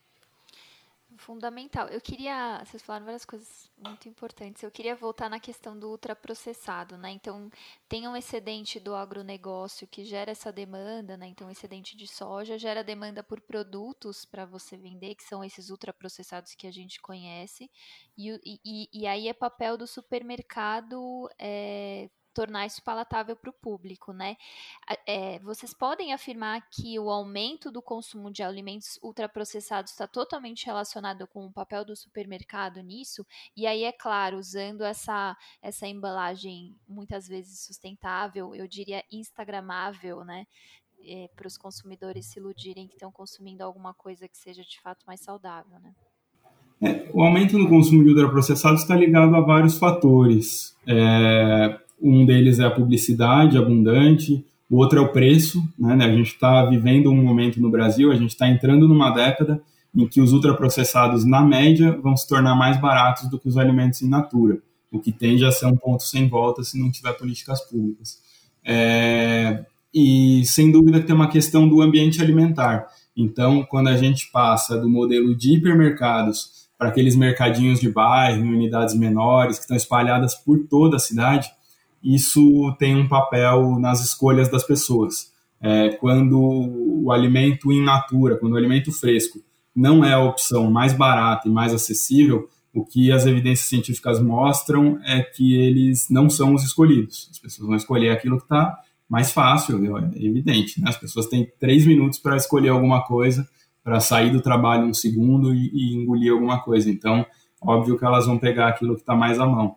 Fundamental. Eu queria, vocês falaram várias coisas muito importantes, eu queria voltar na questão do ultraprocessado, né? Então, tem um excedente do agronegócio que gera essa demanda, né? Então, o excedente de soja gera demanda por produtos para você vender, que são esses ultraprocessados que a gente conhece, e, e, e aí é papel do supermercado é, tornar isso palatável para o público, né? É, vocês podem afirmar que o aumento do consumo de alimentos ultraprocessados está totalmente relacionado com o papel do supermercado nisso? E aí, é claro, usando essa, essa embalagem muitas vezes sustentável, eu diria instagramável, né? É, para os consumidores se iludirem que estão consumindo alguma coisa que seja de fato mais saudável, né? É, o aumento no consumo de ultraprocessados está ligado a vários fatores. É... Um deles é a publicidade abundante, o outro é o preço, né? A gente está vivendo um momento no Brasil, a gente está entrando numa década em que os ultraprocessados, na média, vão se tornar mais baratos do que os alimentos in natura, o que tende a ser um ponto sem volta se não tiver políticas públicas. É... E, sem dúvida, que tem uma questão do ambiente alimentar. Então, quando a gente passa do modelo de hipermercados para aqueles mercadinhos de bairro, em unidades menores, que estão espalhadas por toda a cidade, isso tem um papel nas escolhas das pessoas. É, quando o alimento in natura, quando o alimento fresco não é a opção mais barata e mais acessível, o que as evidências científicas mostram é que eles não são os escolhidos. As pessoas vão escolher aquilo que está mais fácil, é evidente, né? As pessoas têm três minutos para escolher alguma coisa, para sair do trabalho um segundo e, e engolir alguma coisa. Então, óbvio que elas vão pegar aquilo que está mais à mão.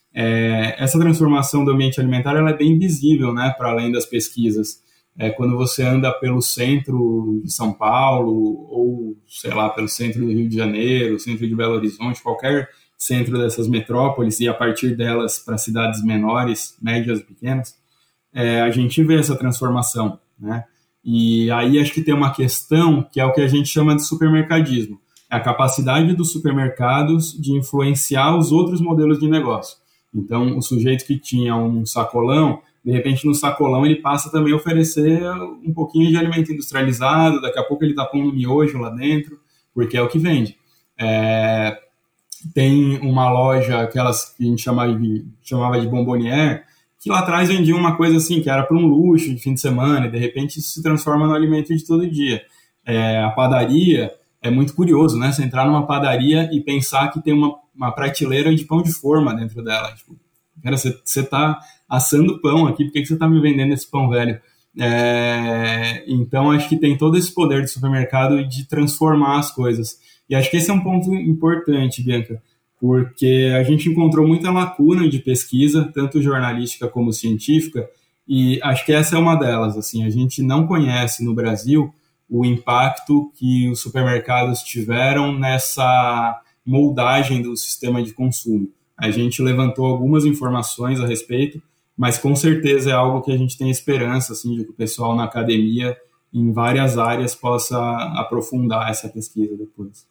é, essa transformação do ambiente alimentar ela é bem visível, né, para além das pesquisas. É, quando você anda pelo centro de São Paulo ou, sei lá, pelo centro do Rio de Janeiro, centro de Belo Horizonte, qualquer centro dessas metrópoles e a partir delas para cidades menores, médias e pequenas, é, a gente vê essa transformação, né? E aí acho que tem uma questão que é o que a gente chama de supermercadismo, é a capacidade dos supermercados de influenciar os outros modelos de negócio. Então, o sujeito que tinha um sacolão, de repente no sacolão ele passa também a oferecer um pouquinho de alimento industrializado, daqui a pouco ele está pondo miojo lá dentro, porque é o que vende. É, tem uma loja, aquelas que a gente chamava de, chamava de bombonière, que lá atrás vendia uma coisa assim, que era para um luxo de fim de semana, e de repente isso se transforma no alimento de todo dia. É, a padaria é muito curioso, né? Você entrar numa padaria e pensar que tem uma, uma prateleira de pão de forma dentro dela. Tipo, cara, você está assando pão aqui, por que, que você está me vendendo esse pão velho? É, então, acho que tem todo esse poder do supermercado de transformar as coisas. E acho que esse é um ponto importante, Bianca, porque a gente encontrou muita lacuna de pesquisa, tanto jornalística como científica, e acho que essa é uma delas. Assim, a gente não conhece no Brasil o impacto que os supermercados tiveram nessa moldagem do sistema de consumo. A gente levantou algumas informações a respeito, mas com certeza é algo que a gente tem esperança, assim, de que o pessoal na academia, em várias áreas, possa aprofundar essa pesquisa depois.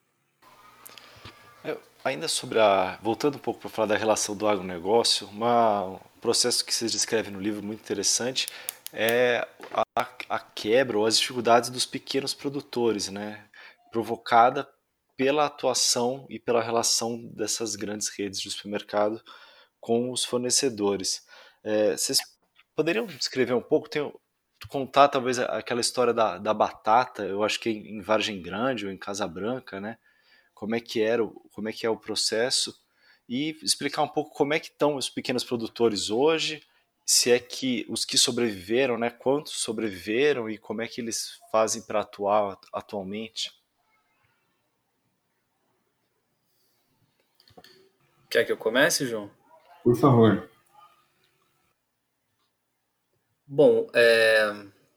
Ainda sobre a... Voltando um pouco para falar da relação do agronegócio, uma, um processo que vocês descrevem no livro muito interessante é a, a quebra ou as dificuldades dos pequenos produtores, né? Provocada pela atuação e pela relação dessas grandes redes de supermercado com os fornecedores. É, vocês poderiam descrever um pouco, tem, contar talvez aquela história da, da batata, eu acho que em Vargem Grande ou em Casa Branca, né? Como é que era, como é que é o processo e explicar um pouco como é que estão os pequenos produtores hoje, se é que os que sobreviveram, né, quantos sobreviveram e como é que eles fazem para atuar atualmente. Quer que eu comece, João? Por favor. Bom, é...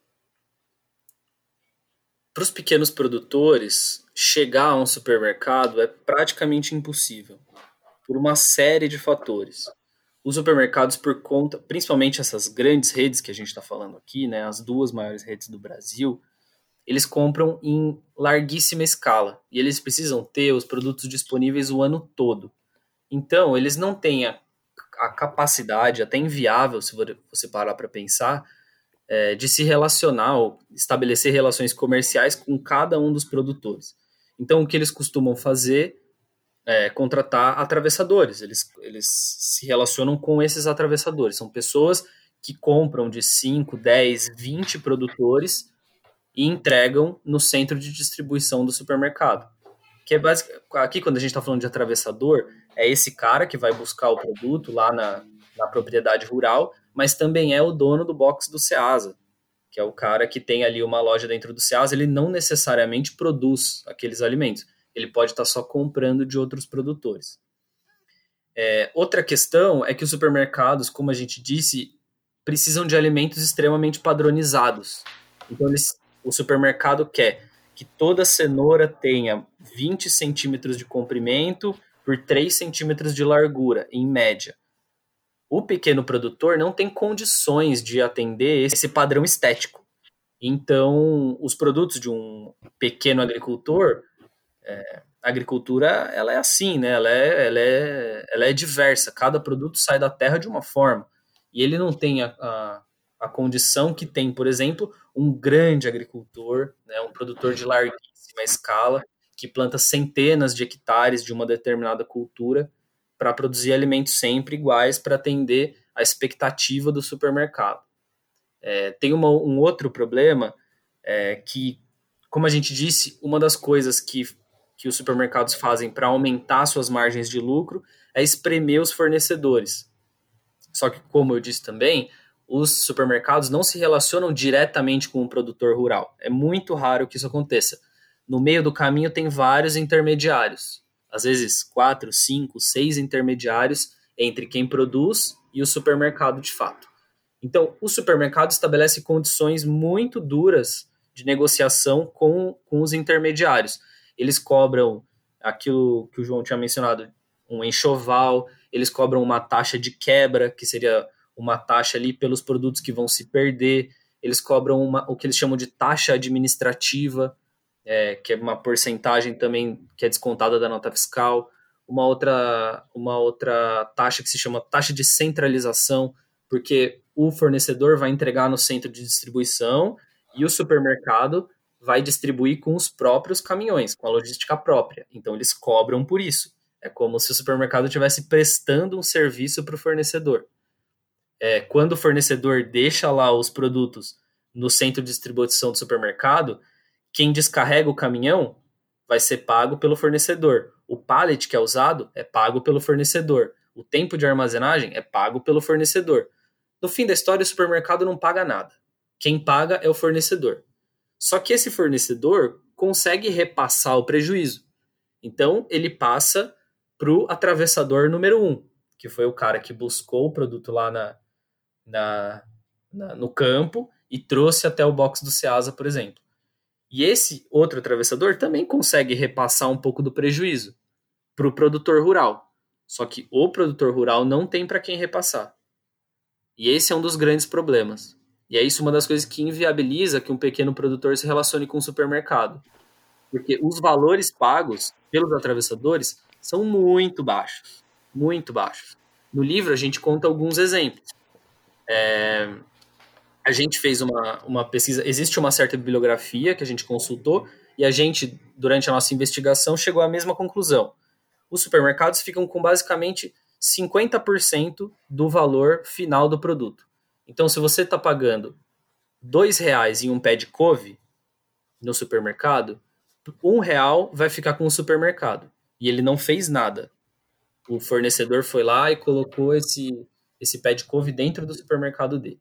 para os pequenos produtores, chegar a um supermercado é praticamente impossível, por uma série de fatores. Os supermercados, por conta, principalmente essas grandes redes que a gente está falando aqui, né, as duas maiores redes do Brasil, eles compram em larguíssima escala e eles precisam ter os produtos disponíveis o ano todo. Então, eles não têm a, a capacidade, até inviável, se você parar para pensar, é, de se relacionar ou estabelecer relações comerciais com cada um dos produtores. Então, o que eles costumam fazer é contratar atravessadores. Eles, eles se relacionam com esses atravessadores. São pessoas que compram de cinco, dez, vinte produtores e entregam no centro de distribuição do supermercado. Que é basic... Aqui, quando a gente está falando de atravessador, é esse cara que vai buscar o produto lá na, na propriedade rural, mas também é o dono do box do Ceasa, que é o cara que tem ali uma loja dentro do Ceasa. Ele não necessariamente produz aqueles alimentos, ele pode estar só comprando de outros produtores. É, outra questão é que os supermercados, como a gente disse, precisam de alimentos extremamente padronizados. Então, eles, o supermercado quer que toda cenoura tenha vinte centímetros de comprimento por três centímetros de largura, em média. O pequeno produtor não tem condições de atender esse padrão estético. Então, os produtos de um pequeno agricultor, é, a agricultura ela é assim, né? ela, é, ela, é, ela é diversa, cada produto sai da terra de uma forma. E ele não tem a, a, a condição que tem, por exemplo, um grande agricultor, né, um produtor de larguíssima escala, que planta centenas de hectares de uma determinada cultura para produzir alimentos sempre iguais para atender a expectativa do supermercado. É, tem uma, um outro problema é, que, como a gente disse, uma das coisas que, que os supermercados fazem para aumentar suas margens de lucro é espremer os fornecedores. Só que, como eu disse também, os supermercados não se relacionam diretamente com o produtor rural. É muito raro que isso aconteça. No meio do caminho tem vários intermediários. Às vezes, quatro, cinco, seis intermediários entre quem produz e o supermercado de fato. Então, o supermercado estabelece condições muito duras de negociação com, com os intermediários. Eles cobram aquilo que o João tinha mencionado, um enxoval, eles cobram uma taxa de quebra, que seria uma taxa ali pelos produtos que vão se perder, eles cobram uma, o que eles chamam de taxa administrativa, é, que é uma porcentagem também que é descontada da nota fiscal, uma outra, uma outra taxa que se chama taxa de centralização, porque o fornecedor vai entregar no centro de distribuição e o supermercado vai distribuir com os próprios caminhões, com a logística própria. Então, eles cobram por isso. É como se o supermercado estivesse prestando um serviço para o fornecedor. É, quando o fornecedor deixa lá os produtos no centro de distribuição do supermercado, quem descarrega o caminhão vai ser pago pelo fornecedor. O pallet que é usado é pago pelo fornecedor. O tempo de armazenagem é pago pelo fornecedor. No fim da história, o supermercado não paga nada. Quem paga é o fornecedor. Só que esse fornecedor consegue repassar o prejuízo. Então, ele passa para o atravessador número um, que foi o cara que buscou o produto lá na, na, na, no campo e trouxe até o box do Ceasa, por exemplo. E esse outro atravessador também consegue repassar um pouco do prejuízo para o produtor rural. Só que o produtor rural não tem para quem repassar. E esse é um dos grandes problemas. E é isso uma das coisas que inviabiliza que um pequeno produtor se relacione com o supermercado. Porque os valores pagos pelos atravessadores são muito baixos. Muito baixos. No livro a gente conta alguns exemplos. É, a gente fez uma, uma pesquisa, existe uma certa bibliografia que a gente consultou e a gente, durante a nossa investigação, chegou à mesma conclusão. Os supermercados ficam com basicamente cinquenta por cento do valor final do produto. Então, se você está pagando dois reais em um pé de couve no supermercado, um real vai ficar com o supermercado. E ele não fez nada. O fornecedor foi lá e colocou esse, esse pé de couve dentro do supermercado dele.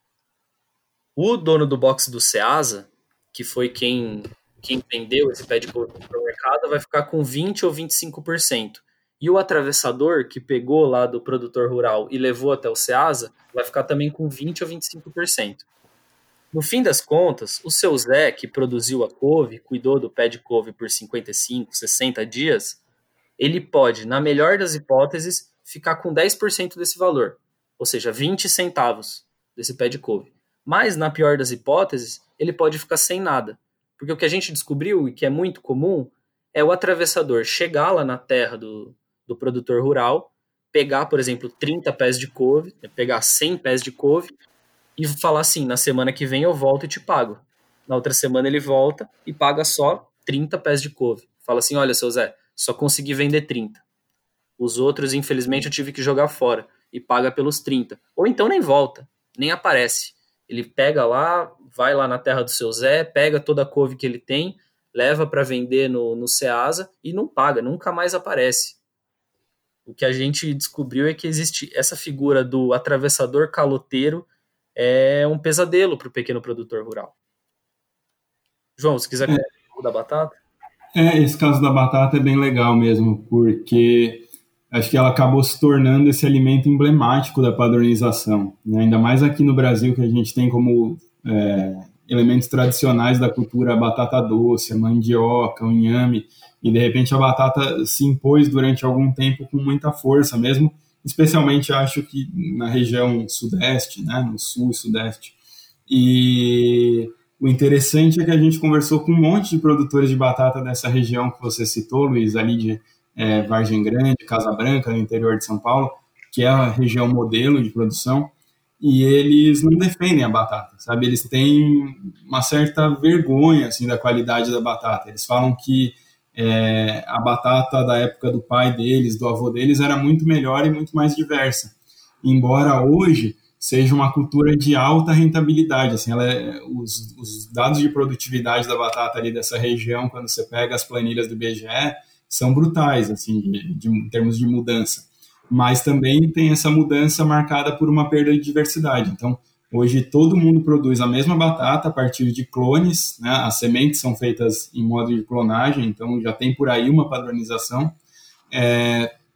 O dono do box do Ceasa, que foi quem, quem vendeu esse pé de couve no supermercado, vai ficar com vinte ou vinte e cinco por cento. E o atravessador, que pegou lá do produtor rural e levou até o Ceasa, vai ficar também com vinte ou vinte e cinco por cento. No fim das contas, o seu Zé, que produziu a couve, cuidou do pé de couve por cinquenta e cinco, sessenta dias, ele pode, na melhor das hipóteses, ficar com dez por cento desse valor, ou seja, vinte centavos desse pé de couve. Mas, na pior das hipóteses, ele pode ficar sem nada. Porque o que a gente descobriu, e que é muito comum, é o atravessador chegar lá na terra do, do produtor rural, pegar, por exemplo, trinta pés de couve, pegar cem pés de couve, e falar assim, na semana que vem eu volto e te pago. Na outra semana ele volta e paga só trinta pés de couve. Fala assim, olha, seu Zé, só consegui vender trinta. Os outros, infelizmente, eu tive que jogar fora. E paga pelos trinta. Ou então nem volta, nem aparece. Ele pega lá, vai lá na terra do seu Zé, pega toda a couve que ele tem, leva para vender no, no Ceasa e não paga, nunca mais aparece. O que a gente descobriu é que existe essa figura do atravessador caloteiro, é um pesadelo para o pequeno produtor rural. João, se quiser comentar um pouco da batata. É, esse caso da batata é bem legal mesmo, porque acho que ela acabou se tornando esse alimento emblemático da padronização, né? Ainda mais aqui no Brasil, que a gente tem como é, elementos tradicionais da cultura a batata doce, a mandioca, o inhame, e de repente a batata se impôs durante algum tempo com muita força mesmo, especialmente acho que na região sudeste, né, no sul e sudeste. E o interessante é que a gente conversou com um monte de produtores de batata dessa região que você citou, Luiz, ali de é, Vargem Grande, Casa Branca, no interior de São Paulo, que é a região modelo de produção, e eles não defendem a batata, sabe? Eles têm uma certa vergonha assim, da qualidade da batata. Eles falam que É, a batata da época do pai deles, do avô deles, era muito melhor e muito mais diversa. Embora hoje seja uma cultura de alta rentabilidade. Assim, ela é, os, os dados de produtividade da batata ali dessa região, quando você pega as planilhas do I B G E, são brutais, assim, de, de, em termos de mudança. Mas também tem essa mudança marcada por uma perda de diversidade. Então, hoje todo mundo produz a mesma batata a partir de clones, né? As sementes são feitas em modo de clonagem, então já tem por aí uma padronização. É,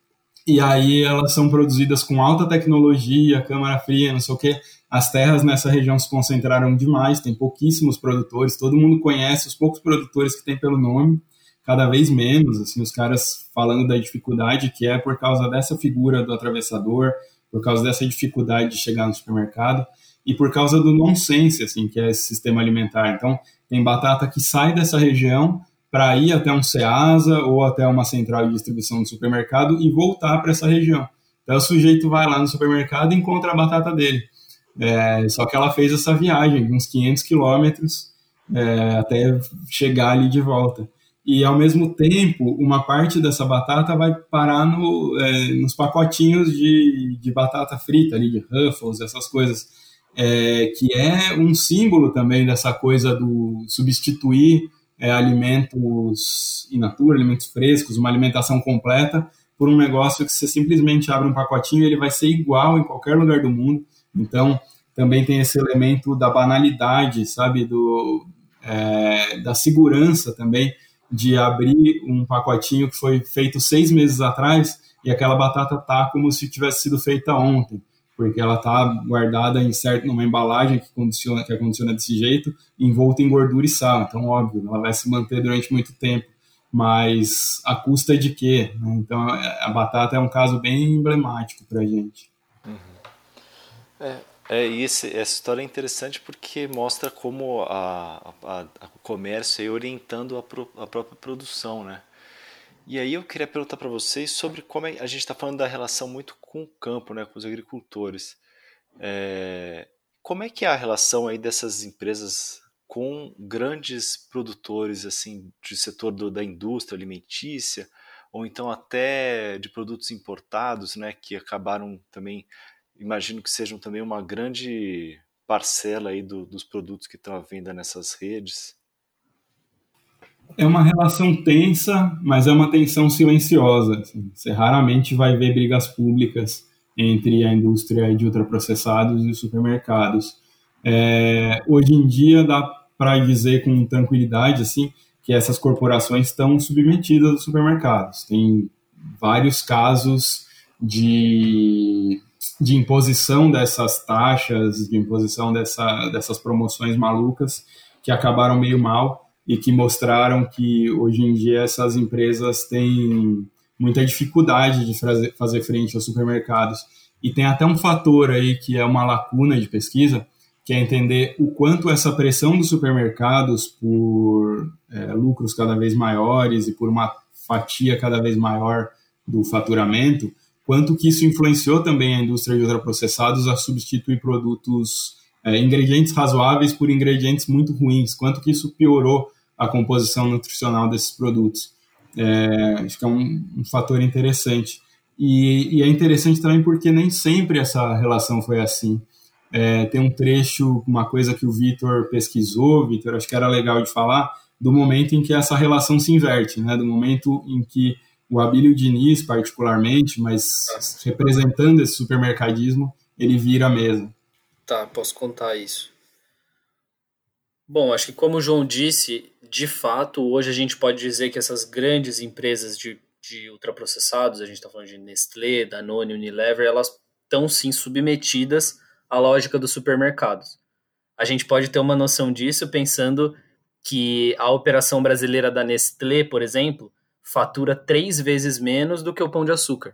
e aí elas são produzidas com alta tecnologia, câmara fria, não sei o quê. As terras nessa região se concentraram demais, tem pouquíssimos produtores, todo mundo conhece os poucos produtores que tem pelo nome, cada vez menos, assim, os caras falando da dificuldade que é por causa dessa figura do atravessador, por causa dessa dificuldade de chegar no supermercado e por causa do nonsense, assim, que é esse sistema alimentar. Então, tem batata que sai dessa região para ir até um Ceasa ou até uma central de distribuição do supermercado e voltar para essa região. Então, o sujeito vai lá no supermercado e encontra a batata dele. É, só que ela fez essa viagem, uns quinhentos quilômetros, é, até chegar ali de volta. E, ao mesmo tempo, uma parte dessa batata vai parar no, é, nos pacotinhos de, de batata frita, ali, de Ruffles, essas coisas, é, que é um símbolo também dessa coisa do substituir é, alimentos in natura, alimentos frescos, uma alimentação completa, por um negócio que você simplesmente abre um pacotinho e ele vai ser igual em qualquer lugar do mundo. Então, também tem esse elemento da banalidade, sabe, do, é, da segurança também, de abrir um pacotinho que foi feito seis meses atrás e aquela batata tá como se tivesse sido feita ontem, porque ela tá guardada em certo, numa embalagem que condiciona, que condiciona desse jeito, envolta em gordura e sal. Então, óbvio, ela vai se manter durante muito tempo, mas a custa de quê? Então, a batata é um caso bem emblemático para a gente. Uhum. É, é e esse, essa história é interessante porque mostra como a, a, a, o comércio é orientando a, pro, a própria produção, né? E aí eu queria perguntar para vocês sobre como é, a gente está falando da relação muito com o campo, né, com os agricultores. É, como é que é a relação aí dessas empresas com grandes produtores assim do setor do, da indústria alimentícia, ou então até de produtos importados, né, que acabaram também, imagino que sejam também uma grande parcela aí do, dos produtos que estão à venda nessas redes? É uma relação tensa, mas é uma tensão silenciosa. Assim. Você raramente vai ver brigas públicas entre a indústria de ultraprocessados e os supermercados. É, hoje em dia dá para dizer com tranquilidade assim, que essas corporações estão submetidas aos supermercados. Tem vários casos de, de imposição dessas taxas, de imposição dessa, dessas promoções malucas que acabaram meio mal e que mostraram que hoje em dia essas empresas têm muita dificuldade de fazer, fazer frente aos supermercados. E tem até um fator aí que é uma lacuna de pesquisa, que é entender o quanto essa pressão dos supermercados por é, lucros cada vez maiores e por uma fatia cada vez maior do faturamento, quanto que isso influenciou também a indústria de ultraprocessados a substituir produtos, é, ingredientes razoáveis por ingredientes muito ruins, quanto que isso piorou a composição nutricional desses produtos. É, acho que é um, um fator interessante. E, e é interessante também porque nem sempre essa relação foi assim. É, tem um trecho, uma coisa que o Vitor pesquisou, Vitor, acho que era legal de falar, do momento em que essa relação se inverte, né? Do momento em que o Abílio Diniz, particularmente, mas representando esse supermercadismo, ele vira a mesa. Tá, posso contar isso. Bom, acho que como o João disse, de fato, hoje a gente pode dizer que essas grandes empresas de, de ultraprocessados, a gente está falando de Nestlé, Danone, Unilever, elas estão sim submetidas à lógica dos supermercados. A gente pode ter uma noção disso pensando que a operação brasileira da Nestlé, por exemplo, fatura três vezes menos do que o Pão de Açúcar.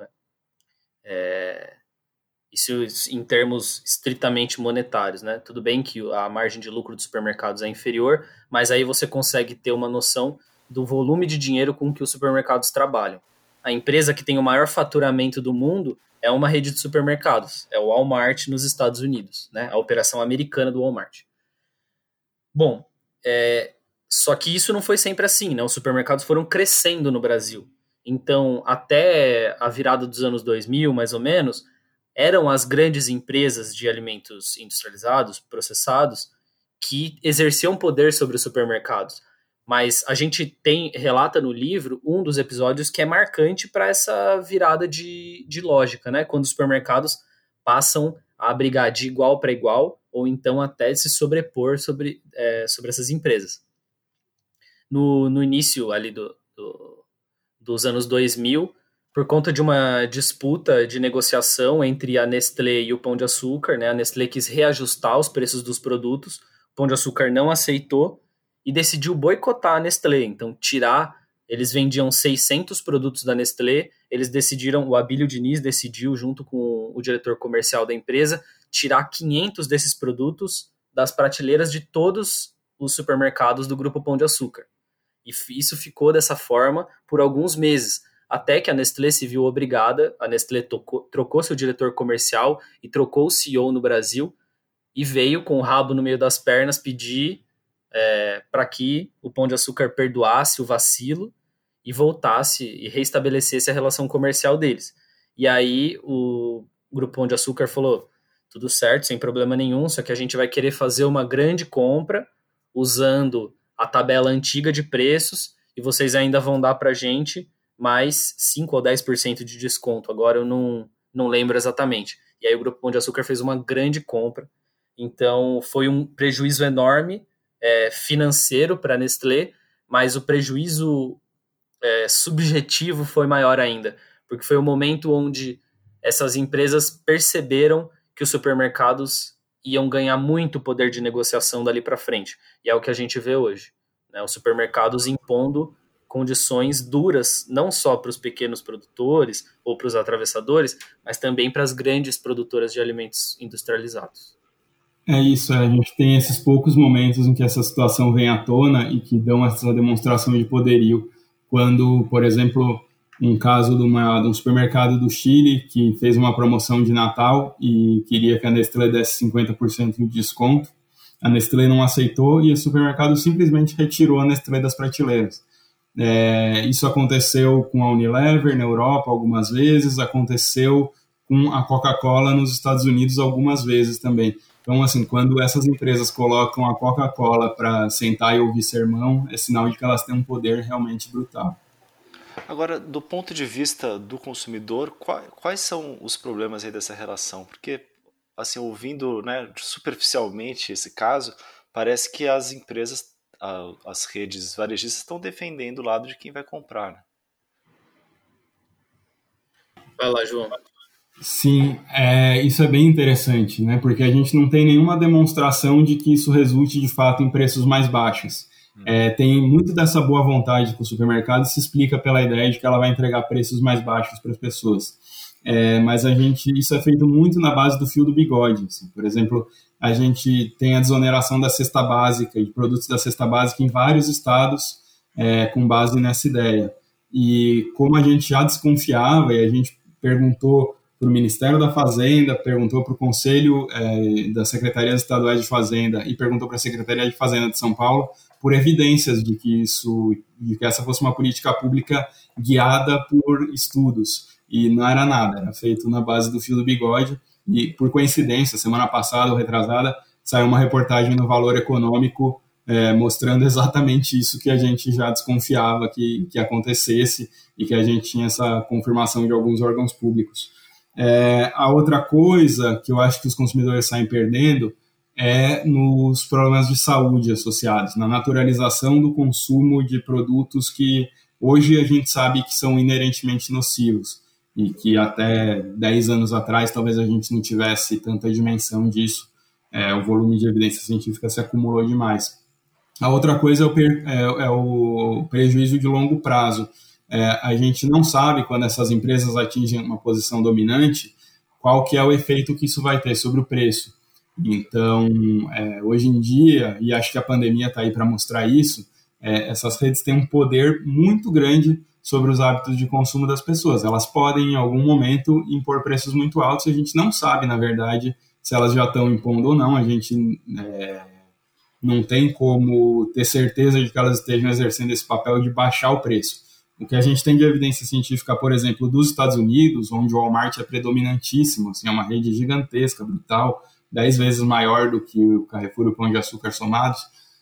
É... Isso em termos estritamente monetários, né? Tudo bem que a margem de lucro dos supermercados é inferior, mas aí você consegue ter uma noção do volume de dinheiro com que os supermercados trabalham. A empresa que tem o maior faturamento do mundo é uma rede de supermercados, é o Walmart nos Estados Unidos, né? A operação americana do Walmart. Bom, é... só que isso não foi sempre assim, né? Os supermercados foram crescendo no Brasil. Então, até a virada dos anos dois mil, mais ou menos, eram as grandes empresas de alimentos industrializados, processados, que exerciam poder sobre os supermercados. Mas a gente tem, relata no livro um dos episódios que é marcante para essa virada de, de lógica, né? Quando os supermercados passam a brigar de igual para igual, ou então até se sobrepor sobre, é, sobre essas empresas. No, no início ali do, do, dos anos dois mil, por conta de uma disputa de negociação entre a Nestlé e o Pão de Açúcar, né? A Nestlé quis reajustar os preços dos produtos, o Pão de Açúcar não aceitou e decidiu boicotar a Nestlé, então tirar, eles vendiam seiscentos produtos da Nestlé, eles decidiram, o Abílio Diniz decidiu, junto com o diretor comercial da empresa, tirar quinhentos desses produtos das prateleiras de todos os supermercados do Grupo Pão de Açúcar. E isso ficou dessa forma por alguns meses, até que a Nestlé se viu obrigada, a Nestlé tocou, trocou seu diretor comercial e trocou o C E O no Brasil e veio com o rabo no meio das pernas pedir é, para que o Pão de Açúcar perdoasse o vacilo e voltasse e restabelecesse a relação comercial deles. E aí o Grupo Pão de Açúcar falou, tudo certo, sem problema nenhum, só que a gente vai querer fazer uma grande compra usando a tabela antiga de preços e vocês ainda vão dar para a gente mais cinco ou dez por cento de desconto. Agora eu não, não lembro exatamente. E aí o Grupo Pão de Açúcar fez uma grande compra. Então foi um prejuízo enorme é, financeiro para a Nestlé, mas o prejuízo é, subjetivo foi maior ainda, porque foi o momento onde essas empresas perceberam que os supermercados iam ganhar muito poder de negociação dali para frente. E é o que a gente vê hoje, né? Os supermercados impondo condições duras, não só para os pequenos produtores ou para os atravessadores, mas também para as grandes produtoras de alimentos industrializados. É isso, a gente tem esses poucos momentos em que essa situação vem à tona e que dão essa demonstração de poderio. Quando, por exemplo, um caso de, uma, de um supermercado do Chile que fez uma promoção de Natal e queria que a Nestlé desse cinquenta por cento de desconto, a Nestlé não aceitou e o supermercado simplesmente retirou a Nestlé das prateleiras. É, isso aconteceu com a Unilever na Europa algumas vezes, aconteceu com a Coca-Cola nos Estados Unidos algumas vezes também. Então, assim, quando essas empresas colocam a Coca-Cola para sentar e ouvir sermão, é sinal de que elas têm um poder realmente brutal. Agora, do ponto de vista do consumidor, quais são os problemas aí dessa relação? Porque, assim, ouvindo, né, superficialmente esse caso, parece que as empresas, as redes varejistas estão defendendo o lado de quem vai comprar, né? Vai lá, João. Sim, é, isso é bem interessante, né? Porque a gente não tem nenhuma demonstração de que isso resulte de fato em preços mais baixos. Hum. É, tem muito dessa boa vontade com o supermercado se explica pela ideia de que ela vai entregar preços mais baixos para as pessoas. É, mas a gente, isso é feito muito na base do fio do bigode. Assim. Por exemplo, a gente tem a desoneração da cesta básica, de produtos da cesta básica em vários estados é, com base nessa ideia. E como a gente já desconfiava e a gente perguntou para o Ministério da Fazenda, perguntou para o Conselho é, das Secretarias Estaduais de Fazenda e perguntou para a Secretaria de Fazenda de São Paulo por evidências de que isso, de que essa fosse uma política pública guiada por estudos. E não era nada, era feito na base do fio do bigode. E, por coincidência, semana passada ou retrasada, saiu uma reportagem no Valor Econômico é, mostrando exatamente isso que a gente já desconfiava que, que acontecesse e que a gente tinha essa confirmação de alguns órgãos públicos. É, a outra coisa que eu acho que os consumidores saem perdendo é nos problemas de saúde associados, na naturalização do consumo de produtos que hoje a gente sabe que são inerentemente nocivos e que até dez anos atrás talvez a gente não tivesse tanta dimensão disso, é, o volume de evidência científica se acumulou demais. A outra coisa é o, per, é, é o prejuízo de longo prazo. É, a gente não sabe, quando essas empresas atingem uma posição dominante, qual que é o efeito que isso vai ter sobre o preço. Então, é, hoje em dia, e acho que a pandemia está aí para mostrar isso, é, essas redes têm um poder muito grande sobre os hábitos de consumo das pessoas. Elas podem, em algum momento, impor preços muito altos e a gente não sabe, na verdade, se elas já estão impondo ou não. A gente é, não tem como ter certeza de que elas estejam exercendo esse papel de baixar o preço. O que a gente tem de evidência científica, por exemplo, dos Estados Unidos, onde o Walmart é predominantíssimo, assim, é uma rede gigantesca, brutal, dez vezes maior do que o Carrefour e o Pão de Açúcar somados,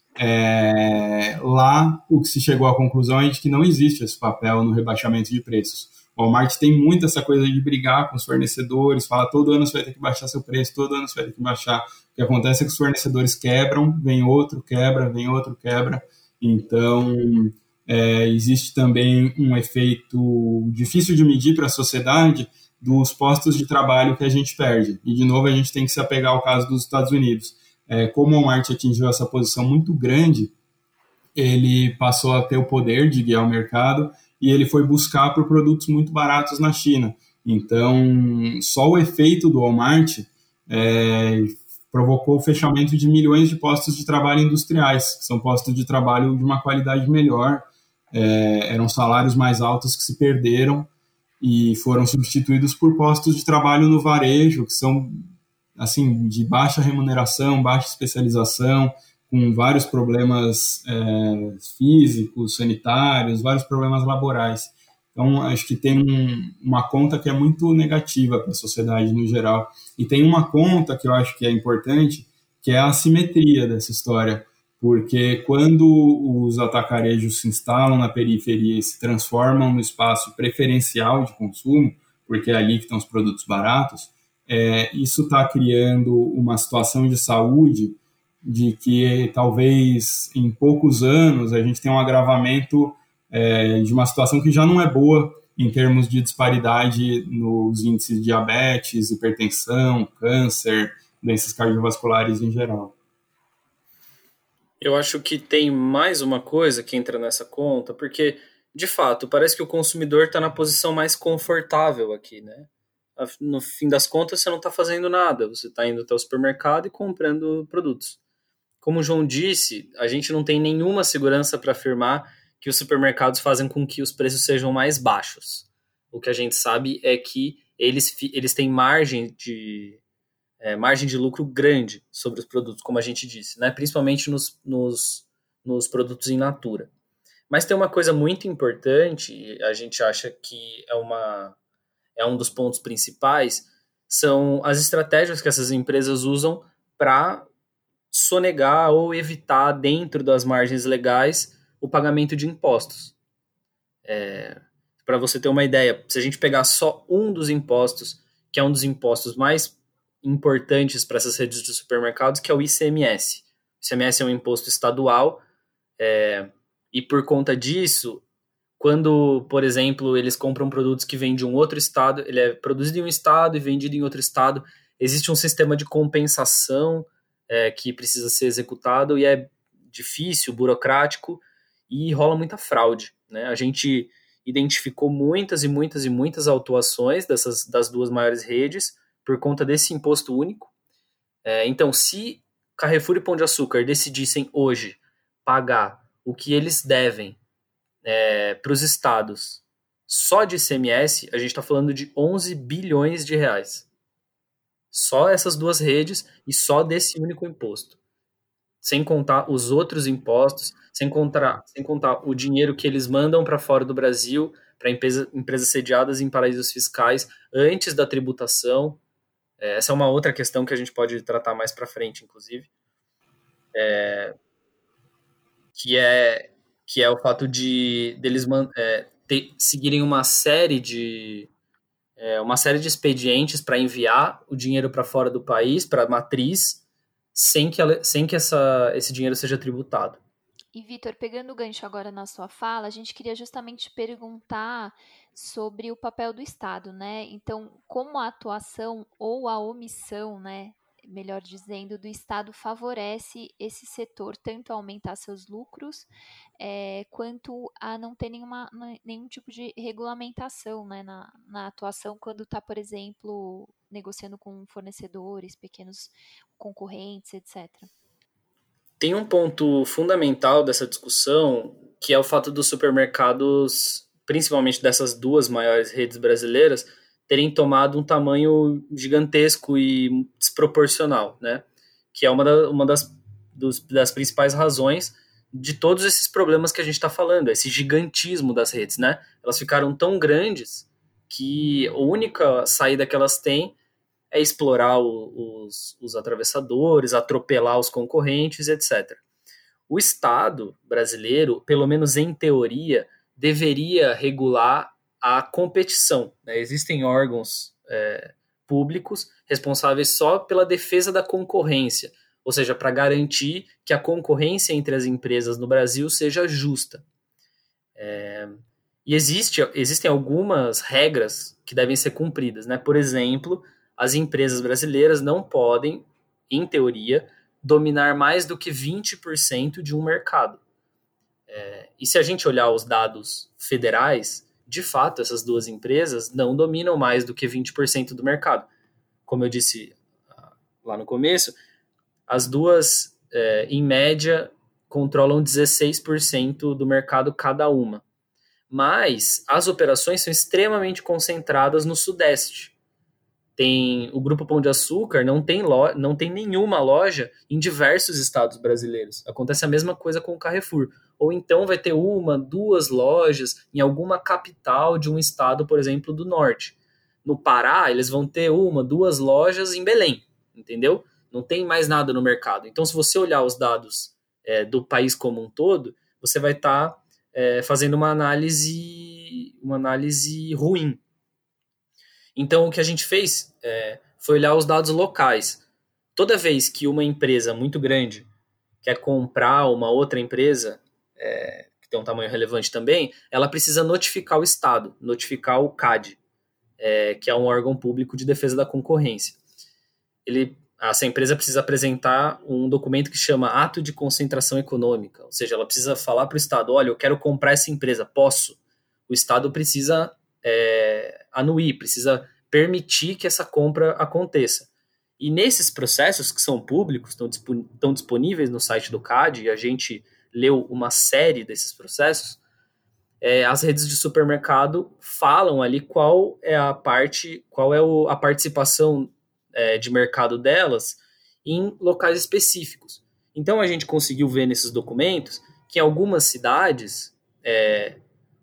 é, lá o que se chegou à conclusão é de que não existe esse papel no rebaixamento de preços. O Walmart tem muito essa coisa de brigar com os fornecedores, fala todo ano você vai ter que baixar seu preço, todo ano você vai ter que baixar. O que acontece é que os fornecedores quebram, vem outro, quebra, vem outro, quebra. Então, É, existe também um efeito difícil de medir para a sociedade dos postos de trabalho que a gente perde. E, de novo, a gente tem que se apegar ao caso dos Estados Unidos. É, como o Walmart atingiu essa posição muito grande, ele passou a ter o poder de guiar o mercado e ele foi buscar por produtos muito baratos na China. Então, só o efeito do Walmart é, provocou o fechamento de milhões de postos de trabalho industriais, que são postos de trabalho de uma qualidade melhor, é, eram salários mais altos que se perderam e foram substituídos por postos de trabalho no varejo, que são assim, de baixa remuneração, baixa especialização, com vários problemas é, físicos, sanitários, vários problemas laborais. Então, acho que tem um, uma conta que é muito negativa para a sociedade no geral. E tem uma conta que eu acho que é importante, que é a assimetria dessa história. Porque quando os atacarejos se instalam na periferia e se transformam no espaço preferencial de consumo, porque é ali que estão os produtos baratos, é, isso está criando uma situação de saúde de que talvez em poucos anos a gente tenha um agravamento é, de uma situação que já não é boa em termos de disparidade nos índices de diabetes, hipertensão, câncer, doenças cardiovasculares em geral. Eu acho que tem mais uma coisa que entra nessa conta, porque, de fato, parece que o consumidor está na posição mais confortável aqui, né? No fim das contas, você não está fazendo nada, você está indo até o supermercado e comprando produtos. Como o João disse, a gente não tem nenhuma segurança para afirmar que os supermercados fazem com que os preços sejam mais baixos. O que a gente sabe é que eles, eles têm margem de, é, margem de lucro grande sobre os produtos, como a gente disse, né? Principalmente nos, nos, nos produtos in natura. Mas tem uma coisa muito importante, a gente acha que é, uma, é um dos pontos principais, são as estratégias que essas empresas usam para sonegar ou evitar, dentro das margens legais, o pagamento de impostos. É, para você ter uma ideia, se a gente pegar só um dos impostos, que é um dos impostos mais importantes para essas redes de supermercados, que é o I C M S. O I C M S é um imposto estadual, é, e por conta disso, quando, por exemplo, eles compram produtos que vêm de um outro estado, ele é produzido em um estado e vendido em outro estado, existe um sistema de compensação É, que precisa ser executado e é difícil, burocrático e rola muita fraude, né? A gente identificou muitas e muitas e muitas autuações dessas, das duas maiores redes por conta desse imposto único. É, então, se Carrefour e Pão de Açúcar decidissem hoje pagar o que eles devem é, para os estados só de I C M S, a gente está falando de onze bilhões de reais. Só essas duas redes e só desse único imposto. Sem contar os outros impostos, sem contar, sem contar o dinheiro que eles mandam para fora do Brasil, para empresa, empresas sediadas em paraísos fiscais, antes da tributação. É, essa é uma outra questão que a gente pode tratar mais para frente, inclusive. É, que, é, que é o fato de deles é, ter, seguirem uma série de... É uma série de expedientes para enviar o dinheiro para fora do país, para a matriz, sem que, ela, sem que essa, esse dinheiro seja tributado. E, Vitor, pegando o gancho agora na sua fala, a gente queria justamente perguntar sobre o papel do Estado, né? Então, como a atuação ou a omissão, né, melhor dizendo, do Estado favorece esse setor, tanto a aumentar seus lucros, é, quanto a não ter nenhuma, nenhum tipo de regulamentação, né, na, na atuação quando está, por exemplo, negociando com fornecedores, pequenos concorrentes, etcétera. Tem um ponto fundamental dessa discussão, que é o fato dos supermercados, principalmente dessas duas maiores redes brasileiras, terem tomado um tamanho gigantesco e desproporcional, né? Que é uma, da, uma das, dos, das principais razões de todos esses problemas que a gente está falando, esse gigantismo das redes, né? Elas ficaram tão grandes que a única saída que elas têm é explorar o, os, os atravessadores, atropelar os concorrentes, etcétera. O Estado brasileiro, pelo menos em teoria, deveria regular a competição, né? Existem órgãos é, públicos responsáveis só pela defesa da concorrência, ou seja, para garantir que a concorrência entre as empresas no Brasil seja justa. É, e existe, existem algumas regras que devem ser cumpridas, né? Por exemplo, as empresas brasileiras não podem, em teoria, dominar mais do que vinte por cento de um mercado. É, e se a gente olhar os dados federais, de fato, essas duas empresas não dominam mais do que vinte por cento do mercado. Como eu disse lá no começo, as duas, é, em média, controlam dezesseis por cento do mercado cada uma. Mas as operações são extremamente concentradas no Sudeste. Tem, o Grupo Pão de Açúcar não tem, lo, não tem nenhuma loja em diversos estados brasileiros. Acontece a mesma coisa com o Carrefour. Ou então vai ter uma, duas lojas em alguma capital de um estado, por exemplo, do norte. No Pará, eles vão ter uma, duas lojas em Belém, entendeu? Não tem mais nada no mercado. Então, se você olhar os dados é, do país como um todo, você vai estar tá, é, fazendo uma análise, uma análise ruim. Então, o que a gente fez é, foi olhar os dados locais. Toda vez que uma empresa muito grande quer comprar uma outra empresa, é, que tem um tamanho relevante também, ela precisa notificar o Estado, notificar o C A D, é, que é um órgão público de defesa da concorrência. Ele, essa empresa precisa apresentar um documento que chama Ato de Concentração Econômica, ou seja, ela precisa falar para o Estado, olha, eu quero comprar essa empresa, posso? O Estado precisa é, anuir, precisa permitir que essa compra aconteça. E nesses processos que são públicos, estão, estão disponíveis no site do C A D, e a gente leu uma série desses processos, é, as redes de supermercado falam ali qual é a parte, qual é o, a participação é, de mercado delas em locais específicos. Então a gente conseguiu ver nesses documentos que em algumas cidades é,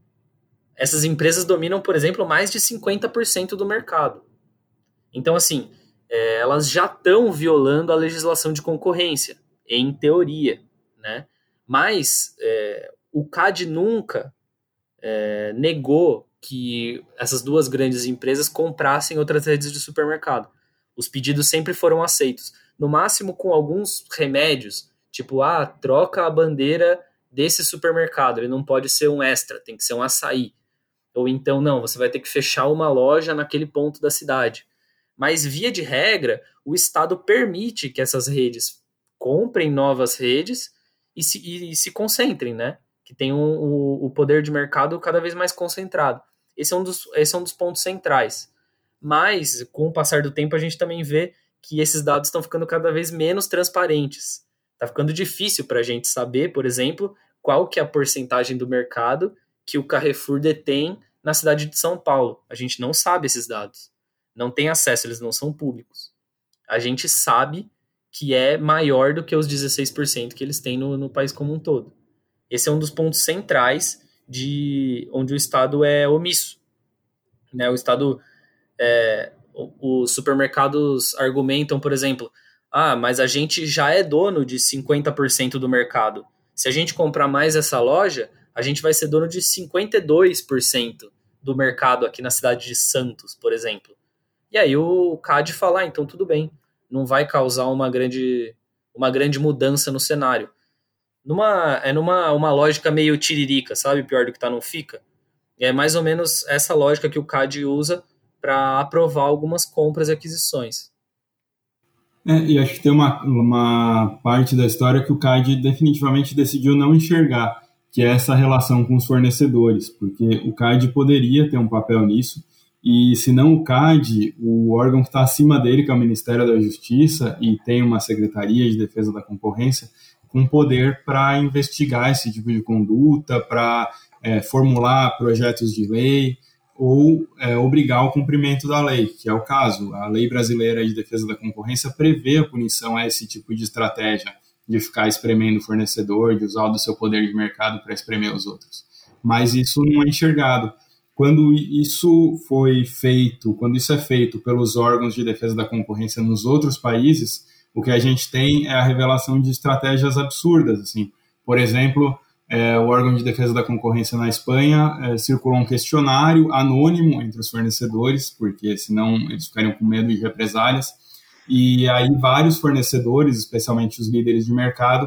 essas empresas dominam, por exemplo, mais de cinquenta por cento do mercado. Então, assim, é, elas já estão violando a legislação de concorrência, em teoria, né? Mas é, o C A D nunca é, negou que essas duas grandes empresas comprassem outras redes de supermercado. Os pedidos sempre foram aceitos. No máximo com alguns remédios, tipo, ah, troca a bandeira desse supermercado, ele não pode ser um Extra, tem que ser um Açaí. Ou então, não, você vai ter que fechar uma loja naquele ponto da cidade. Mas, via de regra, o Estado permite que essas redes comprem novas redes e se, e, e se concentrem, né? Que tenham o, o poder de mercado cada vez mais concentrado. Esse é, um dos, esse é um dos pontos centrais. Mas, com o passar do tempo, a gente também vê que esses dados estão ficando cada vez menos transparentes. Está ficando difícil para a gente saber, por exemplo, qual que é a porcentagem do mercado que o Carrefour detém na cidade de São Paulo. A gente não sabe esses dados. Não tem acesso, eles não são públicos. A gente sabe que é maior do que os dezesseis por cento que eles têm no, no país como um todo. Esse é um dos pontos centrais de onde o Estado é omisso. Né? O Estado, é, os supermercados argumentam, por exemplo, ah, mas a gente já é dono de cinquenta por cento do mercado. Se a gente comprar mais essa loja, a gente vai ser dono de cinquenta e dois por cento do mercado aqui na cidade de Santos, por exemplo. E aí o C A D fala, ah, então tudo bem, não vai causar uma grande, uma grande mudança no cenário. Numa, é numa uma lógica meio tiririca, sabe? Pior do que tá, não fica. É mais ou menos essa lógica que o C A D usa para aprovar algumas compras e aquisições. É, e acho que tem uma, uma parte da história que o C A D definitivamente decidiu não enxergar, que é essa relação com os fornecedores, porque o C A D poderia ter um papel nisso, e se não o C A D, o órgão que está acima dele, que é o Ministério da Justiça, e tem uma Secretaria de Defesa da Concorrência, com poder para investigar esse tipo de conduta, para é, formular projetos de lei, ou é, obrigar o cumprimento da lei, que é o caso. A Lei Brasileira de Defesa da Concorrência prevê a punição a esse tipo de estratégia, de ficar espremendo o fornecedor, de usar o seu poder de mercado para espremer os outros. Mas isso não é enxergado. Quando isso foi feito, quando isso é feito pelos órgãos de defesa da concorrência nos outros países, o que a gente tem é a revelação de estratégias absurdas. Assim. Por exemplo, é, o órgão de defesa da concorrência na Espanha é, circulou um questionário anônimo entre os fornecedores, porque senão eles ficariam com medo de represálias, e aí vários fornecedores, especialmente os líderes de mercado,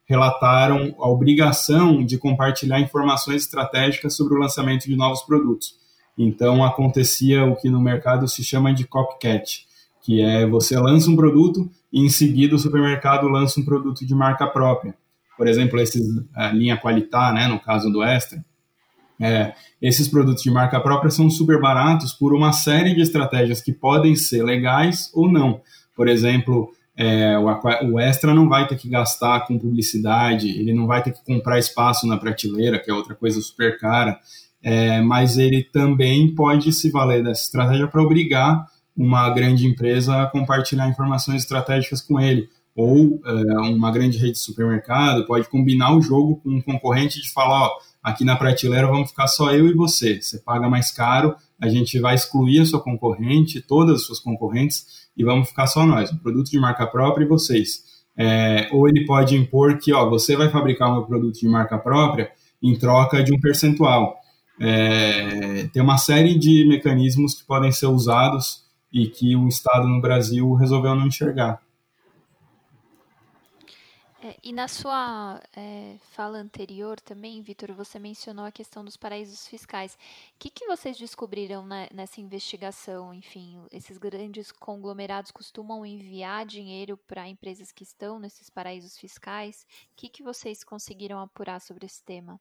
relataram a obrigação de compartilhar informações estratégicas sobre o lançamento de novos produtos. Então, acontecia o que no mercado se chama de copycat, que é você lança um produto e, em seguida, o supermercado lança um produto de marca própria. Por exemplo, esses, a linha Qualità, né, no caso do Extra, é, esses produtos de marca própria são super baratos por uma série de estratégias que podem ser legais ou não. Por exemplo, é, o, o Extra não vai ter que gastar com publicidade, ele não vai ter que comprar espaço na prateleira, que é outra coisa super cara, é, mas ele também pode se valer dessa estratégia para obrigar uma grande empresa a compartilhar informações estratégicas com ele. Ou é, uma grande rede de supermercado pode combinar o jogo com um concorrente de falar, ó, aqui na prateleira vamos ficar só eu e você, você paga mais caro, a gente vai excluir a sua concorrente, todas as suas concorrentes, e vamos ficar só nós, um produto de marca própria e vocês. É, ou ele pode impor que, ó, você vai fabricar um produto de marca própria em troca de um percentual. É, tem uma série de mecanismos que podem ser usados e que o Estado no Brasil resolveu não enxergar. É, e na sua é, fala anterior também, Vitor, você mencionou a questão dos paraísos fiscais. O que, que vocês descobriram na, nessa investigação? Enfim, esses grandes conglomerados costumam enviar dinheiro para empresas que estão nesses paraísos fiscais. O que, que vocês conseguiram apurar sobre esse tema?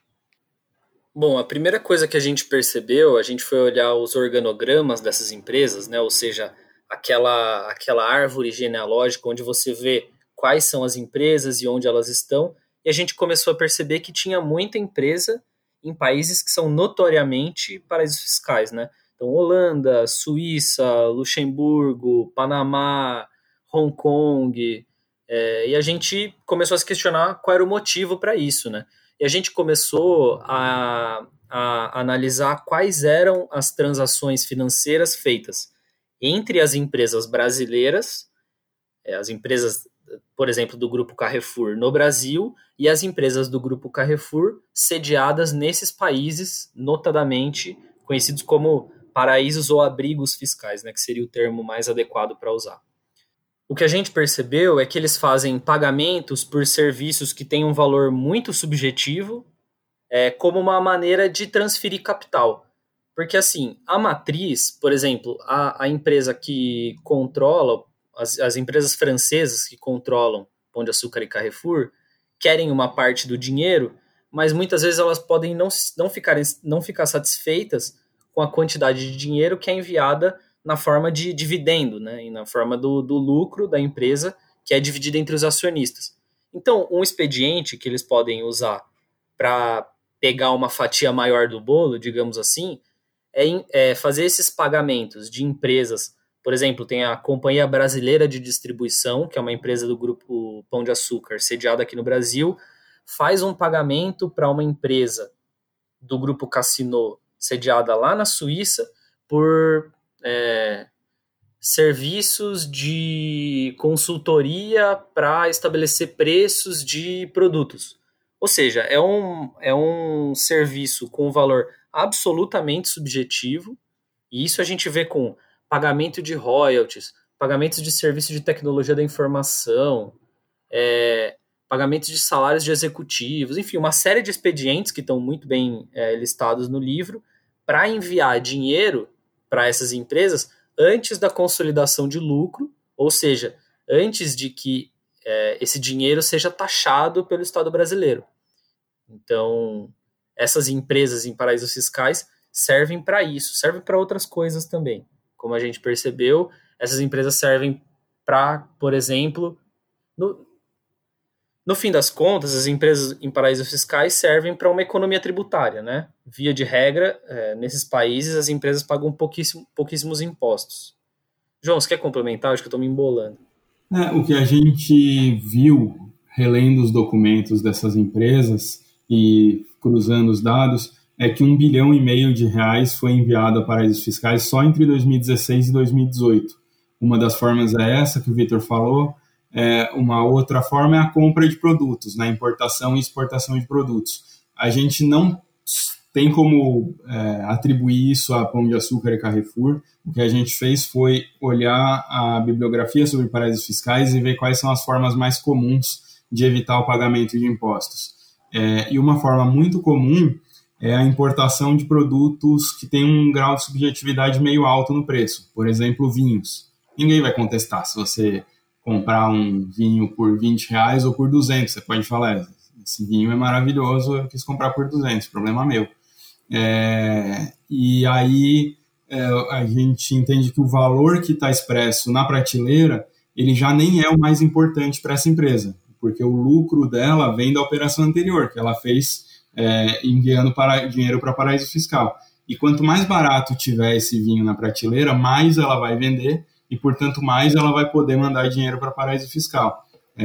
Bom, a primeira coisa que a gente percebeu, a gente foi olhar os organogramas dessas empresas, né? Ou seja, aquela, aquela árvore genealógica onde você vê quais são as empresas e onde elas estão, e a gente começou a perceber que tinha muita empresa em países que são notoriamente paraísos fiscais, né? Então, Holanda, Suíça, Luxemburgo, Panamá, Hong Kong, é, e a gente começou a se questionar qual era o motivo para isso, né? E a gente começou a, a analisar quais eram as transações financeiras feitas entre as empresas brasileiras, as empresas, por exemplo, do Grupo Carrefour no Brasil, e as empresas do Grupo Carrefour sediadas nesses países, notadamente conhecidos como paraísos ou abrigos fiscais, né, que seria o termo mais adequado para usar. O que a gente percebeu é que eles fazem pagamentos por serviços que têm um valor muito subjetivo, é, como uma maneira de transferir capital. Porque, assim, a matriz, por exemplo, a, a empresa que controla, as, as empresas francesas que controlam Pão de Açúcar e Carrefour, querem uma parte do dinheiro, mas muitas vezes elas podem não, não, ficar, não ficar satisfeitas com a quantidade de dinheiro que é enviada na forma de dividendo, né, e na forma do, do lucro da empresa, que é dividido entre os acionistas. Então, um expediente que eles podem usar para pegar uma fatia maior do bolo, digamos assim, é, é fazer esses pagamentos de empresas. Por exemplo, tem a Companhia Brasileira de Distribuição, que é uma empresa do Grupo Pão de Açúcar, sediada aqui no Brasil, faz um pagamento para uma empresa do Grupo Casino, sediada lá na Suíça, por É, serviços de consultoria para estabelecer preços de produtos. Ou seja, é um, é um serviço com valor absolutamente subjetivo, e isso a gente vê com pagamento de royalties, pagamentos de serviço de tecnologia da informação, é, pagamentos de salários de executivos, enfim, uma série de expedientes que estão muito bem é, listados no livro para enviar dinheiro para essas empresas antes da consolidação de lucro, ou seja, antes de que é, esse dinheiro seja taxado pelo Estado brasileiro. Então, essas empresas em paraísos fiscais servem para isso, servem para outras coisas também. Como a gente percebeu, essas empresas servem para, por exemplo, no, no fim das contas, as empresas em paraísos fiscais servem para uma economia tributária, né? Via de regra, é, nesses países, as empresas pagam pouquíssimo, pouquíssimos impostos. João, você quer complementar? Acho que eu estou me embolando. É, o que a gente viu, relendo os documentos dessas empresas e cruzando os dados, é que um bilhão e meio de reais foi enviado a paraísos fiscais só entre dois mil e dezesseis e dois mil e dezoito. Uma das formas é essa que o Vitor falou. É, uma outra forma é a compra de produtos, né? Importação e exportação de produtos. A gente não tem como é, atribuir isso a Pão de Açúcar e Carrefour. O que a gente fez foi olhar a bibliografia sobre paraísos fiscais e ver quais são as formas mais comuns de evitar o pagamento de impostos. É, e uma forma muito comum é a importação de produtos que têm um grau de subjetividade meio alto no preço. Por exemplo, vinhos. Ninguém vai contestar se você comprar um vinho por vinte reais ou por duzentos. Você pode falar, esse vinho é maravilhoso, eu quis comprar por duzentos, problema meu. É, e aí é, a gente entende que o valor que está expresso na prateleira, ele já nem é o mais importante para essa empresa, porque o lucro dela vem da operação anterior, que ela fez É, enviando para, dinheiro para paraíso fiscal. E quanto mais barato tiver esse vinho na prateleira, mais ela vai vender e, portanto, mais ela vai poder mandar dinheiro para paraíso fiscal.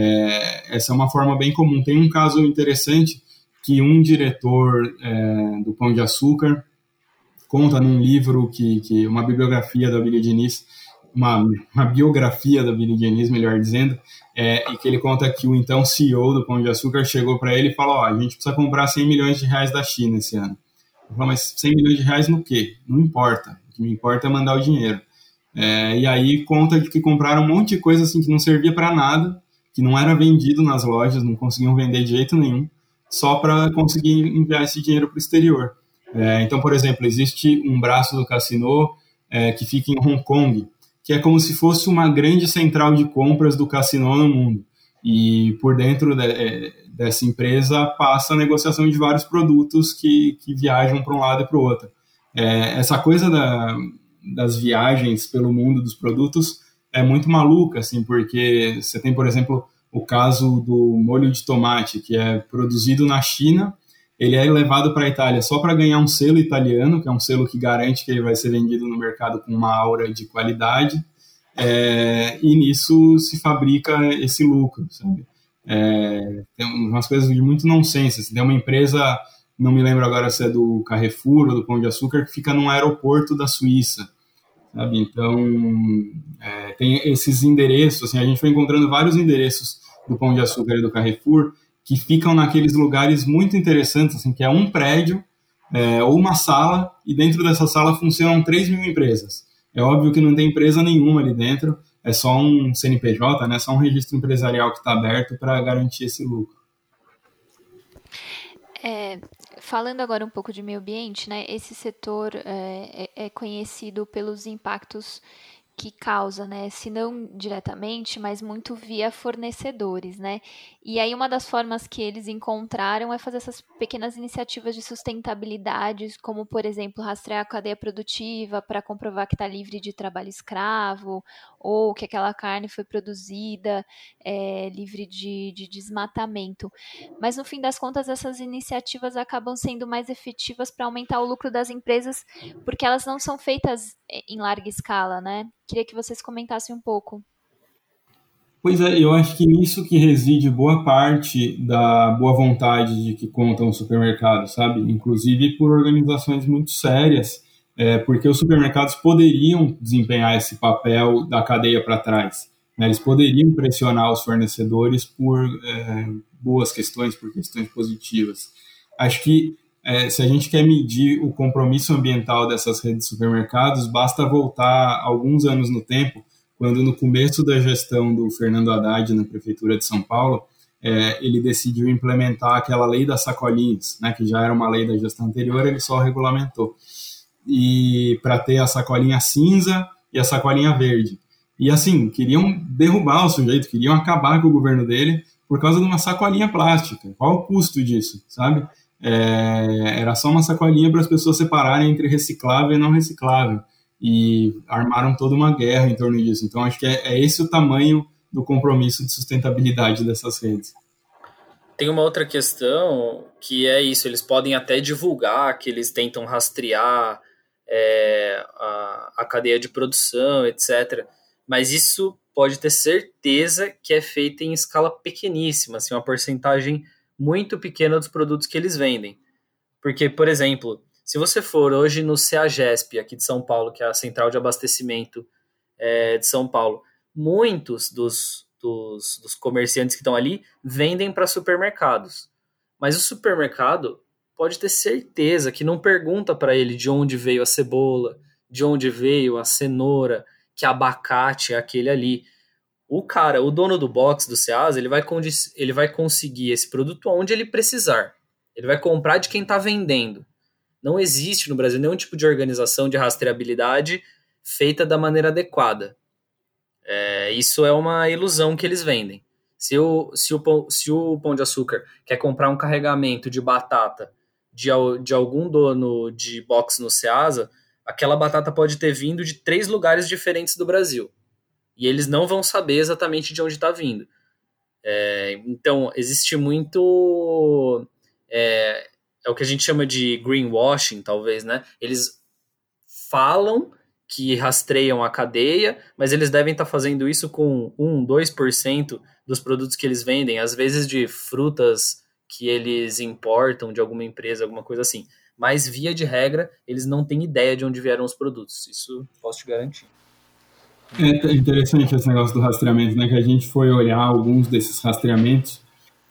É, essa é uma forma bem comum. Tem um caso interessante que um diretor é, do Pão de Açúcar conta num livro, que, que uma bibliografia da Abílio Diniz, uma, uma biografia da Abílio Diniz, melhor dizendo, é, e que ele conta que o então C E O do Pão de Açúcar chegou para ele e falou, ó, a gente precisa comprar cem milhões de reais da China esse ano. Ele falou, mas cem milhões de reais no quê? Não importa, o que me importa é mandar o dinheiro. É, e aí conta de que compraram um monte de coisa assim que não servia para nada, que não era vendido nas lojas, não conseguiam vender de jeito nenhum, só para conseguir enviar esse dinheiro para o exterior. É, então, por exemplo, existe um braço do Cassino é, que fica em Hong Kong, que é como se fosse uma grande central de compras do cassino no mundo. E por dentro de, dessa empresa passa a negociação de vários produtos que, que viajam para um lado e para o outro. É, essa coisa da, das viagens pelo mundo dos produtos é muito maluca, assim, porque você tem, por exemplo, o caso do molho de tomate, que é produzido na China, ele é levado para a Itália só para ganhar um selo italiano, que é um selo que garante que ele vai ser vendido no mercado com uma aura de qualidade, é, e nisso se fabrica esse lucro, sabe? É, tem umas coisas de muito nonsense. Tem uma empresa, não me lembro agora se é do Carrefour ou do Pão de Açúcar, que fica num aeroporto da Suíça, sabe? Então, é, tem esses endereços, assim, a gente foi encontrando vários endereços do Pão de Açúcar e do Carrefour, que ficam naqueles lugares muito interessantes, assim, que é um prédio é, ou uma sala, e dentro dessa sala funcionam três mil empresas. É óbvio que não tem empresa nenhuma ali dentro, é só um C N P J, né, só um registro empresarial que está aberto para garantir esse lucro. É, falando agora um pouco de meio ambiente, né, esse setor é, é conhecido pelos impactos que causa, né, se não diretamente, mas muito via fornecedores, né, e aí uma das formas que eles encontraram é fazer essas pequenas iniciativas de sustentabilidade, como, por exemplo, rastrear a cadeia produtiva para comprovar que está livre de trabalho escravo, ou que aquela carne foi produzida é, livre de, de desmatamento, mas no fim das contas essas iniciativas acabam sendo mais efetivas para aumentar o lucro das empresas, porque elas não são feitas em larga escala, né? Queria que vocês comentassem um pouco. Pois é, eu acho que nisso que reside boa parte da boa vontade de que contam os supermercados, sabe? Inclusive por organizações muito sérias, é, porque os supermercados poderiam desempenhar esse papel da cadeia para trás, né? Eles poderiam pressionar os fornecedores por é, boas questões, por questões positivas. Acho que é, se a gente quer medir o compromisso ambiental dessas redes de supermercados, basta voltar alguns anos no tempo, quando no começo da gestão do Fernando Haddad na Prefeitura de São Paulo, é, ele decidiu implementar aquela lei das sacolinhas, né, que já era uma lei da gestão anterior, ele só regulamentou. E para ter a sacolinha cinza e a sacolinha verde. E assim, queriam derrubar o sujeito, queriam acabar com o governo dele por causa de uma sacolinha plástica. Qual o custo disso, sabe? É, era só uma sacolinha para as pessoas separarem entre reciclável e não reciclável. E armaram toda uma guerra em torno disso. Então, acho que é, é esse o tamanho do compromisso de sustentabilidade dessas redes. Tem uma outra questão que é isso, eles podem até divulgar que eles tentam rastrear é, a, a cadeia de produção, etcétera. Mas isso pode ter certeza que é feito em escala pequeníssima, assim, uma porcentagem muito pequena dos produtos que eles vendem. Porque, por exemplo, se você for hoje no CEAGESP, aqui de São Paulo, que é a Central de Abastecimento é, de São Paulo, muitos dos, dos, dos comerciantes que estão ali vendem para supermercados. Mas o supermercado pode ter certeza que não pergunta para ele de onde veio a cebola, de onde veio a cenoura, que abacate é aquele ali. o cara, o dono do box do Ceasa, ele vai, ele vai conseguir esse produto onde ele precisar. Ele vai comprar de quem está vendendo. Não existe no Brasil nenhum tipo de organização de rastreabilidade feita da maneira adequada. É, isso é uma ilusão que eles vendem. Se o, se, o, se o Pão de Açúcar quer comprar um carregamento de batata de, de algum dono de box no Ceasa, aquela batata pode ter vindo de três lugares diferentes do Brasil. E eles não vão saber exatamente de onde está vindo. É, então, existe muito... É, é o que a gente chama de greenwashing, talvez, né? Eles falam que rastreiam a cadeia, mas eles devem estar fazendo isso com um, dois por cento dos produtos que eles vendem, às vezes de frutas que eles importam de alguma empresa, alguma coisa assim. Mas, via de regra, eles não têm ideia de onde vieram os produtos. Isso posso te garantir. É interessante esse negócio do rastreamento, né? Que a gente foi olhar alguns desses rastreamentos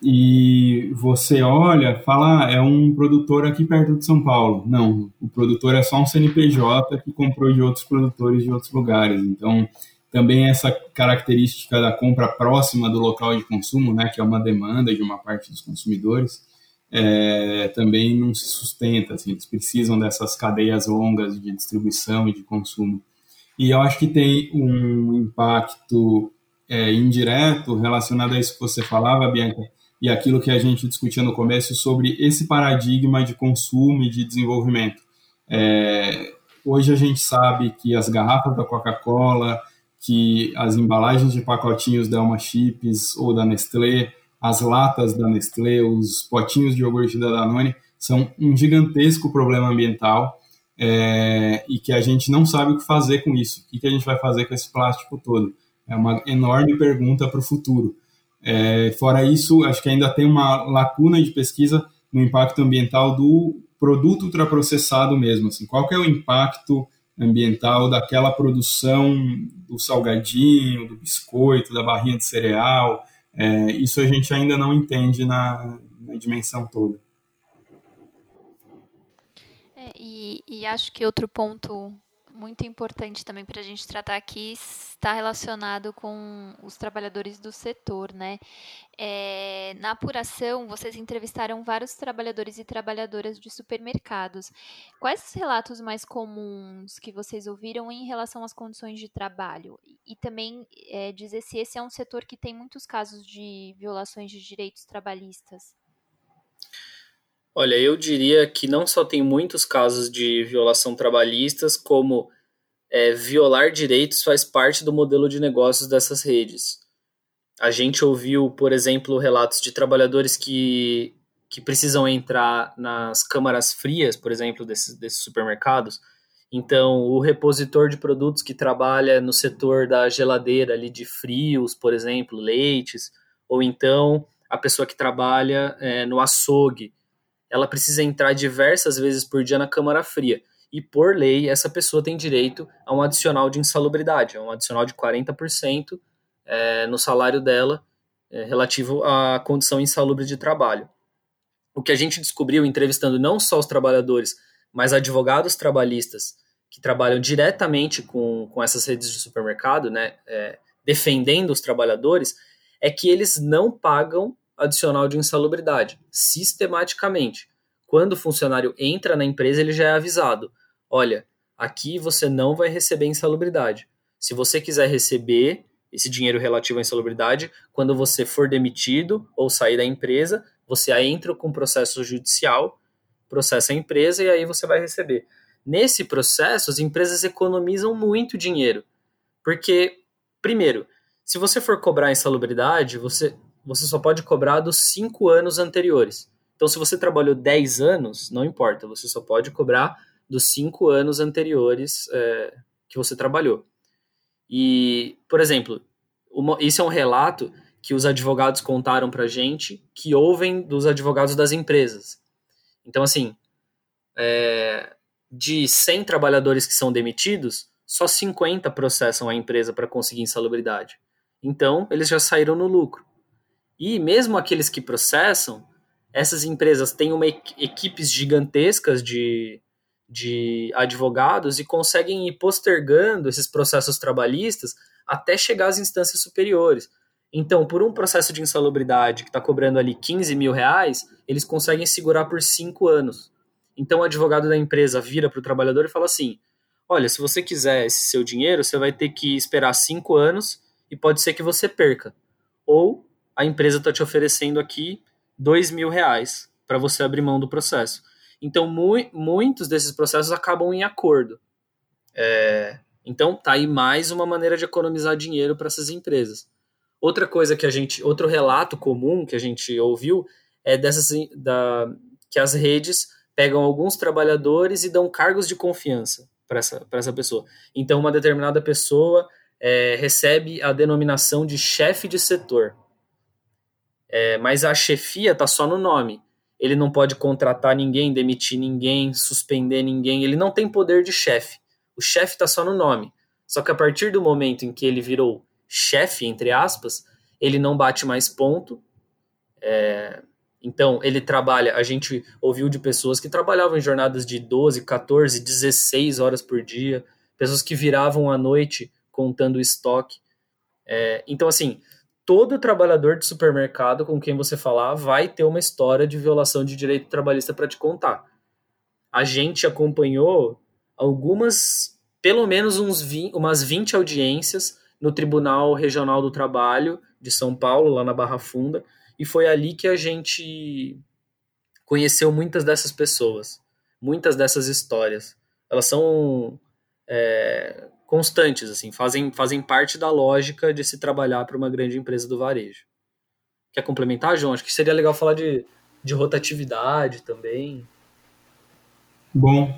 e você olha, fala, ah, é um produtor aqui perto de São Paulo. Não, o produtor é só um C N P J que comprou de outros produtores de outros lugares. Então, também essa característica da compra próxima do local de consumo, né? Que é uma demanda de uma parte dos consumidores, é, também não se sustenta. Assim, eles precisam dessas cadeias longas de distribuição e de consumo. E eu acho que tem um impacto é, indireto relacionado a isso que você falava, Bianca, e aquilo que a gente discutia no começo sobre esse paradigma de consumo e de desenvolvimento. É, hoje a gente sabe que as garrafas da Coca-Cola, que as embalagens de pacotinhos da Elma Chips ou da Nestlé, as latas da Nestlé, os potinhos de iogurte da Danone, são um gigantesco problema ambiental. É, e que a gente não sabe o que fazer com isso. O que a gente vai fazer com esse plástico todo? É uma enorme pergunta para o futuro. É, fora isso, acho que ainda tem uma lacuna de pesquisa no impacto ambiental do produto ultraprocessado mesmo. Assim, qual que é o impacto ambiental daquela produção do salgadinho, do biscoito, da barrinha de cereal? É, isso a gente ainda não entende na, na dimensão toda. É, e, e acho que outro ponto muito importante também para a gente tratar aqui está relacionado com os trabalhadores do setor, né? É, na apuração, vocês entrevistaram vários trabalhadores e trabalhadoras de supermercados. Quais os relatos mais comuns que vocês ouviram em relação às condições de trabalho? E, e também é, dizer se esse é um setor que tem muitos casos de violações de direitos trabalhistas. Olha, eu diria que não só tem muitos casos de violação trabalhistas, como é, violar direitos faz parte do modelo de negócios dessas redes. A gente ouviu, por exemplo, relatos de trabalhadores que, que precisam entrar nas câmaras frias, por exemplo, desses, desses supermercados. Então, o repositor de produtos que trabalha no setor da geladeira ali de frios, por exemplo, leites, ou então a pessoa que trabalha é, no açougue, ela precisa entrar diversas vezes por dia na câmara fria. E, por lei, essa pessoa tem direito a um adicional de insalubridade, a um adicional de quarenta por cento é, no salário dela é, relativo à condição insalubre de trabalho. O que a gente descobriu entrevistando não só os trabalhadores, mas advogados trabalhistas que trabalham diretamente com, com essas redes de supermercado, né, é, defendendo os trabalhadores, é que eles não pagam adicional de insalubridade, sistematicamente. Quando o funcionário entra na empresa, ele já é avisado, olha, aqui você não vai receber insalubridade. Se você quiser receber esse dinheiro relativo à insalubridade, quando você for demitido ou sair da empresa, você entra com processo judicial, processa a empresa e aí você vai receber. Nesse processo, as empresas economizam muito dinheiro, porque, primeiro, se você for cobrar insalubridade, você... você só pode cobrar dos cinco anos anteriores. Então, se você trabalhou dez anos, não importa, você só pode cobrar dos cinco anos anteriores é, que você trabalhou. E, por exemplo, uma, isso é um relato que os advogados contaram pra gente, que ouvem dos advogados das empresas. Então, assim, é, de cem trabalhadores que são demitidos, só cinquenta processam a empresa para conseguir insalubridade. Então, eles já saíram no lucro. E mesmo aqueles que processam, essas empresas têm uma equipes gigantescas de, de advogados e conseguem ir postergando esses processos trabalhistas até chegar às instâncias superiores. Então, por um processo de insalubridade que está cobrando ali quinze mil reais, eles conseguem segurar por cinco anos. Então, o advogado da empresa vira para o trabalhador e fala assim, olha, se você quiser esse seu dinheiro, você vai ter que esperar cinco anos e pode ser que você perca. Ou a empresa está te oferecendo aqui dois mil reais para você abrir mão do processo. Então, mu- muitos desses processos acabam em acordo. É, então, tá aí mais uma maneira de economizar dinheiro para essas empresas. Outra coisa que a gente, outro relato comum que a gente ouviu é dessas, da, que as redes pegam alguns trabalhadores e dão cargos de confiança para essa, para essa pessoa. Então, uma determinada pessoa é, recebe a denominação de chefe de setor. É, mas a chefia está só no nome. Ele não pode contratar ninguém, demitir ninguém, suspender ninguém. Ele não tem poder de chefe. O chefe está só no nome. Só que a partir do momento em que ele virou chefe, entre aspas, ele não bate mais ponto. É, então, ele trabalha... A gente ouviu de pessoas que trabalhavam em jornadas de doze, catorze, dezesseis horas por dia. Pessoas que viravam à noite contando estoque. É, então, assim... Todo trabalhador de supermercado com quem você falar vai ter uma história de violação de direito trabalhista para te contar. A gente acompanhou algumas, pelo menos uns vinte, umas vinte audiências no Tribunal Regional do Trabalho de São Paulo, lá na Barra Funda, e foi ali que a gente conheceu muitas dessas pessoas, muitas dessas histórias. Elas são... É, constantes, assim, fazem, fazem parte da lógica de se trabalhar para uma grande empresa do varejo. Quer complementar, João? Acho que seria legal falar de, de rotatividade também. Bom,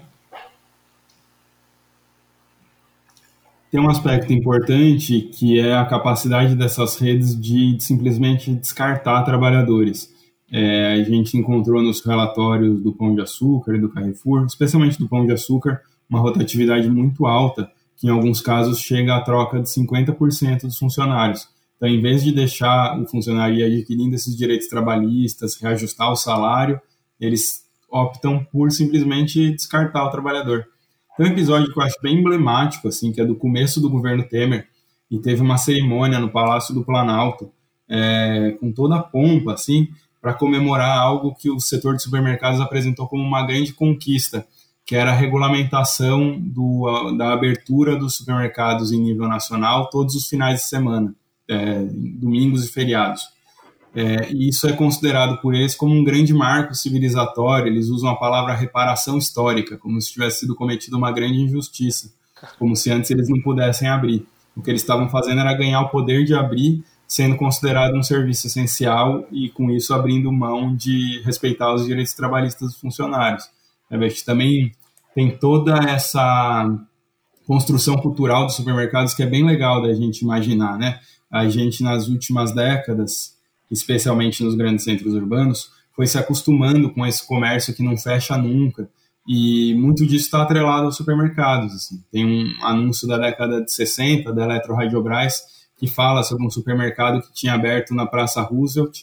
tem um aspecto importante que é a capacidade dessas redes de simplesmente descartar trabalhadores. É, a gente encontrou nos relatórios do Pão de Açúcar e do Carrefour, especialmente do Pão de Açúcar, uma rotatividade muito alta, que em alguns casos chega à troca de cinquenta por cento dos funcionários. Então, em vez de deixar o funcionário ir adquirindo esses direitos trabalhistas, reajustar o salário, eles optam por simplesmente descartar o trabalhador. Tem um episódio que eu acho bem emblemático, assim, que é do começo do governo Temer, e teve uma cerimônia no Palácio do Planalto, é, com toda a pompa, assim, para comemorar algo que o setor de supermercados apresentou como uma grande conquista, que era a regulamentação do, da abertura dos supermercados em nível nacional todos os finais de semana, é, domingos e feriados. É, e isso é considerado por eles como um grande marco civilizatório. Eles usam a palavra reparação histórica, como se tivesse sido cometida uma grande injustiça, como se antes eles não pudessem abrir. O que eles estavam fazendo era ganhar o poder de abrir, sendo considerado um serviço essencial e, com isso, abrindo mão de respeitar os direitos trabalhistas dos funcionários. A gente também tem toda essa construção cultural dos supermercados que é bem legal da gente imaginar, né? A gente, nas últimas décadas, especialmente nos grandes centros urbanos, foi se acostumando com esse comércio que não fecha nunca, e muito disso está atrelado aos supermercados. Assim. Tem um anúncio da década de sessenta, da Eletroradiobras, que fala sobre um supermercado que tinha aberto na Praça Roosevelt,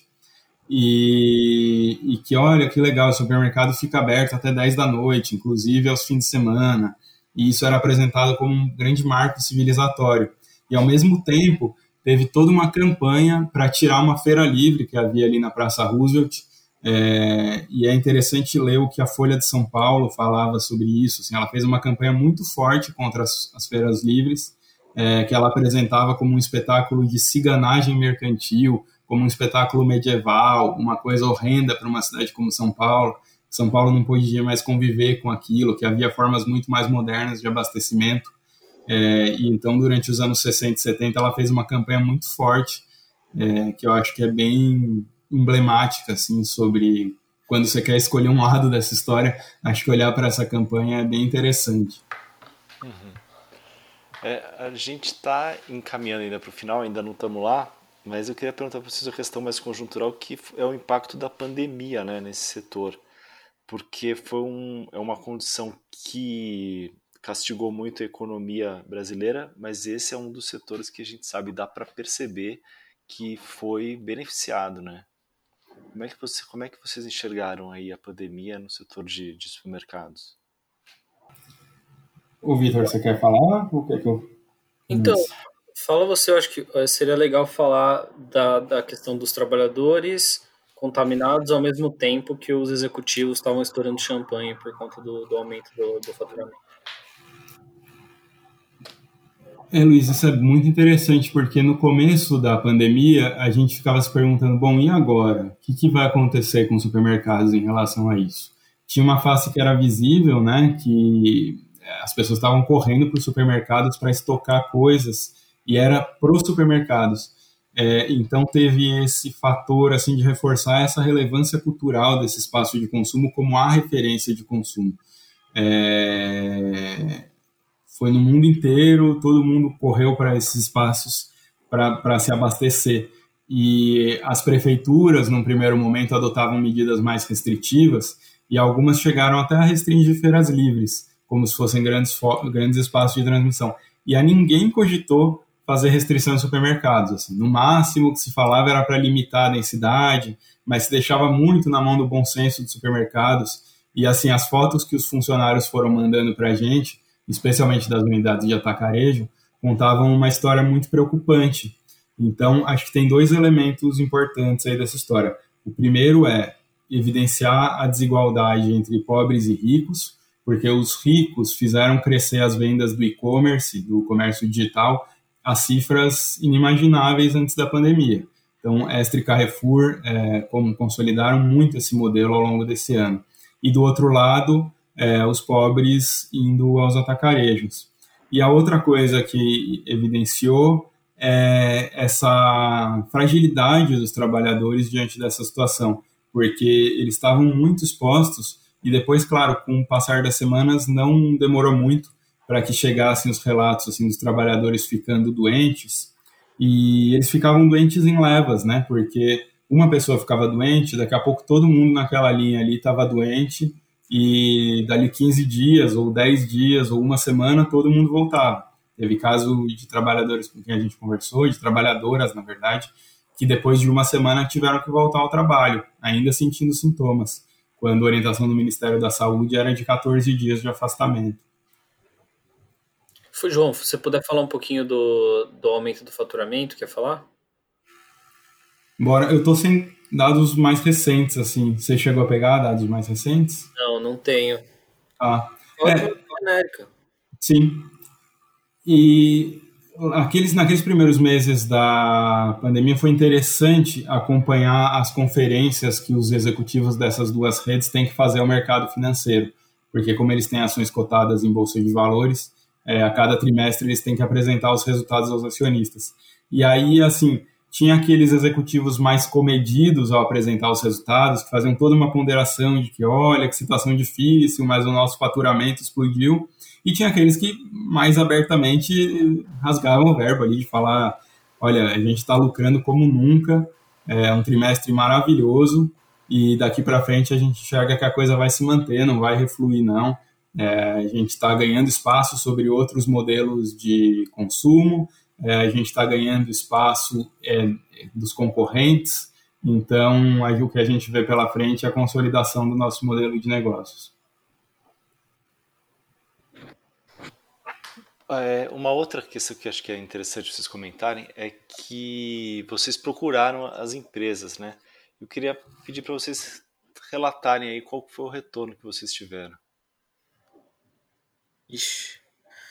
E, e que, olha, que legal, o supermercado fica aberto até dez da noite, inclusive aos fins de semana, e isso era apresentado como um grande marco civilizatório. E, ao mesmo tempo, teve toda uma campanha para tirar uma feira livre que havia ali na Praça Roosevelt, é, e é interessante ler o que a Folha de São Paulo falava sobre isso. Assim, ela fez uma campanha muito forte contra as, as feiras livres, é, que ela apresentava como um espetáculo de ciganagem mercantil, como um espetáculo medieval, uma coisa horrenda para uma cidade como São Paulo. São Paulo não podia mais conviver com aquilo, que havia formas muito mais modernas de abastecimento. É, e então, durante os anos sessenta e setenta, ela fez uma campanha muito forte, é, que eu acho que é bem emblemática, assim, sobre quando você quer escolher um lado dessa história, acho que olhar para essa campanha é bem interessante. Uhum. É, a gente está encaminhando ainda para o final, ainda não estamos lá, mas eu queria perguntar para vocês a questão mais conjuntural, que é o impacto da pandemia, né, nesse setor, porque foi um, é uma condição que castigou muito a economia brasileira, mas esse é um dos setores que a gente sabe, dá para perceber que foi beneficiado, né? Como é que, você, como é que vocês enxergaram aí a pandemia no setor de, de supermercados? Ô, Vitor, você quer falar? Ou quer que eu... Então, fala você, eu acho que seria legal falar da, da questão dos trabalhadores contaminados ao mesmo tempo que os executivos estavam estourando champanhe por conta do, do aumento do, do faturamento. É, Luiz, isso é muito interessante, porque no começo da pandemia a gente ficava se perguntando, bom, e agora? O que, que vai acontecer com os supermercados em relação a isso? Tinha uma face que era visível, né, que as pessoas estavam correndo para os supermercados para estocar coisas, e era para os supermercados. É, então teve esse fator assim, de reforçar essa relevância cultural desse espaço de consumo como a referência de consumo. É... Foi no mundo inteiro, todo mundo correu para esses espaços para se abastecer. E as prefeituras, num primeiro momento, adotavam medidas mais restritivas e algumas chegaram até a restringir feiras livres, como se fossem grandes, grandes espaços de transmissão. E a ninguém cogitou fazer restrição em supermercados. Assim. No máximo, o que se falava era para limitar a densidade, mas se deixava muito na mão do bom senso dos supermercados. E assim, as fotos que os funcionários foram mandando para a gente, especialmente das unidades de atacarejo, contavam uma história muito preocupante. Então, acho que tem dois elementos importantes aí dessa história. O primeiro é evidenciar a desigualdade entre pobres e ricos, porque os ricos fizeram crescer as vendas do e-commerce, do comércio digital, a cifras inimagináveis antes da pandemia. Então, Extra e Carrefour é, como consolidaram muito esse modelo ao longo desse ano. E do outro lado, É, os pobres indo aos atacarejos. E a outra coisa que evidenciou é essa fragilidade dos trabalhadores diante dessa situação, porque eles estavam muito expostos e depois, claro, com o passar das semanas, não demorou muito para que chegassem os relatos assim, dos trabalhadores ficando doentes, e eles ficavam doentes em levas, né? Porque uma pessoa ficava doente, daqui a pouco todo mundo naquela linha ali estava doente, e dali quinze dias, ou dez dias, ou uma semana, todo mundo voltava. Teve caso de trabalhadores com quem a gente conversou, de trabalhadoras, na verdade, que depois de uma semana tiveram que voltar ao trabalho, ainda sentindo sintomas, quando a orientação do Ministério da Saúde era de quatorze dias de afastamento. João, se você puder falar um pouquinho do, do aumento do faturamento, quer falar? Bora, eu tô sem dados mais recentes, assim. Você chegou a pegar dados mais recentes? Não, não tenho. Ah, Pode é, genérica. Sim. E aqueles, naqueles primeiros meses da pandemia foi interessante acompanhar as conferências que os executivos dessas duas redes têm que fazer ao mercado financeiro, porque como eles têm ações cotadas em bolsa de valores, é, a cada trimestre eles têm que apresentar os resultados aos acionistas. E aí, assim, tinha aqueles executivos mais comedidos ao apresentar os resultados, que faziam toda uma ponderação de que, olha, que situação difícil, mas o nosso faturamento explodiu. E tinha aqueles que mais abertamente rasgavam o verbo ali, de falar, olha, a gente está lucrando como nunca, é um trimestre maravilhoso, e daqui para frente a gente enxerga que a coisa vai se manter, não vai refluir, não. É, a gente está ganhando espaço sobre outros modelos de consumo, é, a gente está ganhando espaço é, dos concorrentes, então aí, o que a gente vê pela frente é a consolidação do nosso modelo de negócios. É, uma outra questão que acho que é interessante vocês comentarem é que vocês procuraram as empresas, né? Eu queria pedir para vocês relatarem aí qual foi o retorno que vocês tiveram. Ixi.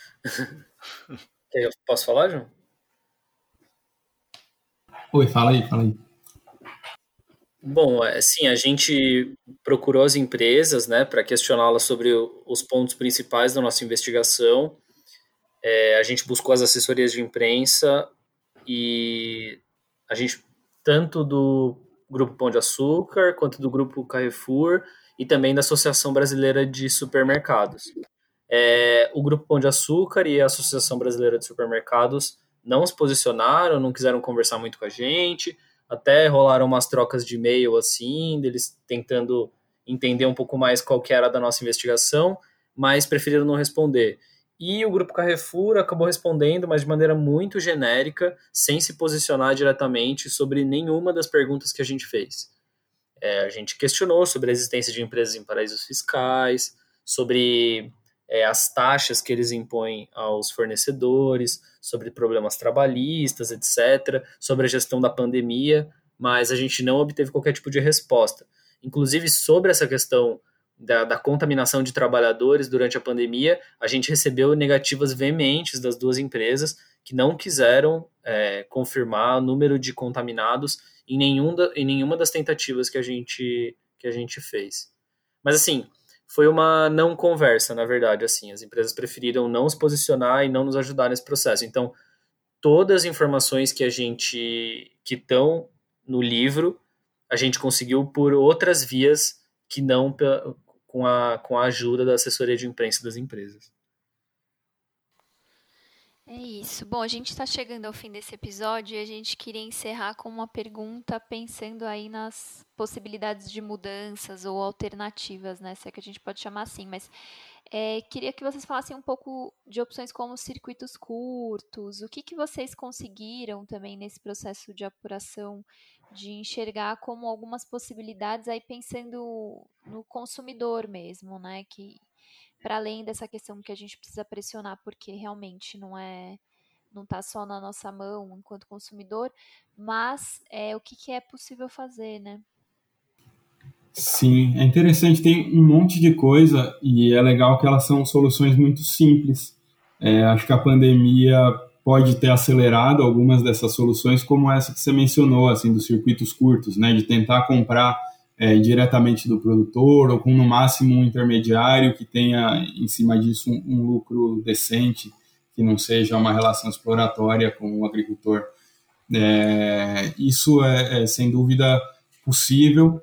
Eu posso falar, João? Oi, fala aí, fala aí. Bom, assim, a gente procurou as empresas, né, para questioná-las sobre os pontos principais da nossa investigação. É, a gente buscou as assessorias de imprensa e a gente, tanto do Grupo Pão de Açúcar, quanto do Grupo Carrefour e também da Associação Brasileira de Supermercados. É, o Grupo Pão de Açúcar e a Associação Brasileira de Supermercados não se posicionaram, não quiseram conversar muito com a gente, até rolaram umas trocas de e-mail assim, deles tentando entender um pouco mais qual que era da nossa investigação, mas preferiram não responder. E o Grupo Carrefour acabou respondendo, mas de maneira muito genérica, sem se posicionar diretamente sobre nenhuma das perguntas que a gente fez. É, a gente questionou sobre a existência de empresas em paraísos fiscais, sobre é, as taxas que eles impõem aos fornecedores, sobre problemas trabalhistas, etcétera, sobre a gestão da pandemia, mas a gente não obteve qualquer tipo de resposta. Inclusive, sobre essa questão da, da contaminação de trabalhadores durante a pandemia, a gente recebeu negativas veementes das duas empresas que não quiseram é, confirmar o número de contaminados em, nenhum da, em nenhuma das tentativas que a gente, que a gente fez. Mas, assim, foi uma não conversa, na verdade. Assim, as empresas preferiram não se posicionar e não nos ajudar nesse processo. Então, todas as informações que a gente que estão no livro, a gente conseguiu por outras vias que não com a, com a ajuda da assessoria de imprensa das empresas. É isso. Bom, a gente está chegando ao fim desse episódio e a gente queria encerrar com uma pergunta pensando aí nas possibilidades de mudanças ou alternativas, né? Se é que a gente pode chamar assim, mas é, queria que vocês falassem um pouco de opções como circuitos curtos, o que, que vocês conseguiram também nesse processo de apuração de enxergar como algumas possibilidades aí pensando no consumidor mesmo, né? Que para além dessa questão que a gente precisa pressionar, porque realmente não é, não está só na nossa mão enquanto consumidor, mas é, o que, que é possível fazer, né? Sim, é interessante, tem um monte de coisa e é legal que elas são soluções muito simples. É, acho que a pandemia pode ter acelerado algumas dessas soluções, como essa que você mencionou, assim, dos circuitos curtos, né, de tentar comprar É, diretamente do produtor ou com no máximo um intermediário que tenha em cima disso um, um lucro decente, que não seja uma relação exploratória com o agricultor. É, isso é, é sem dúvida possível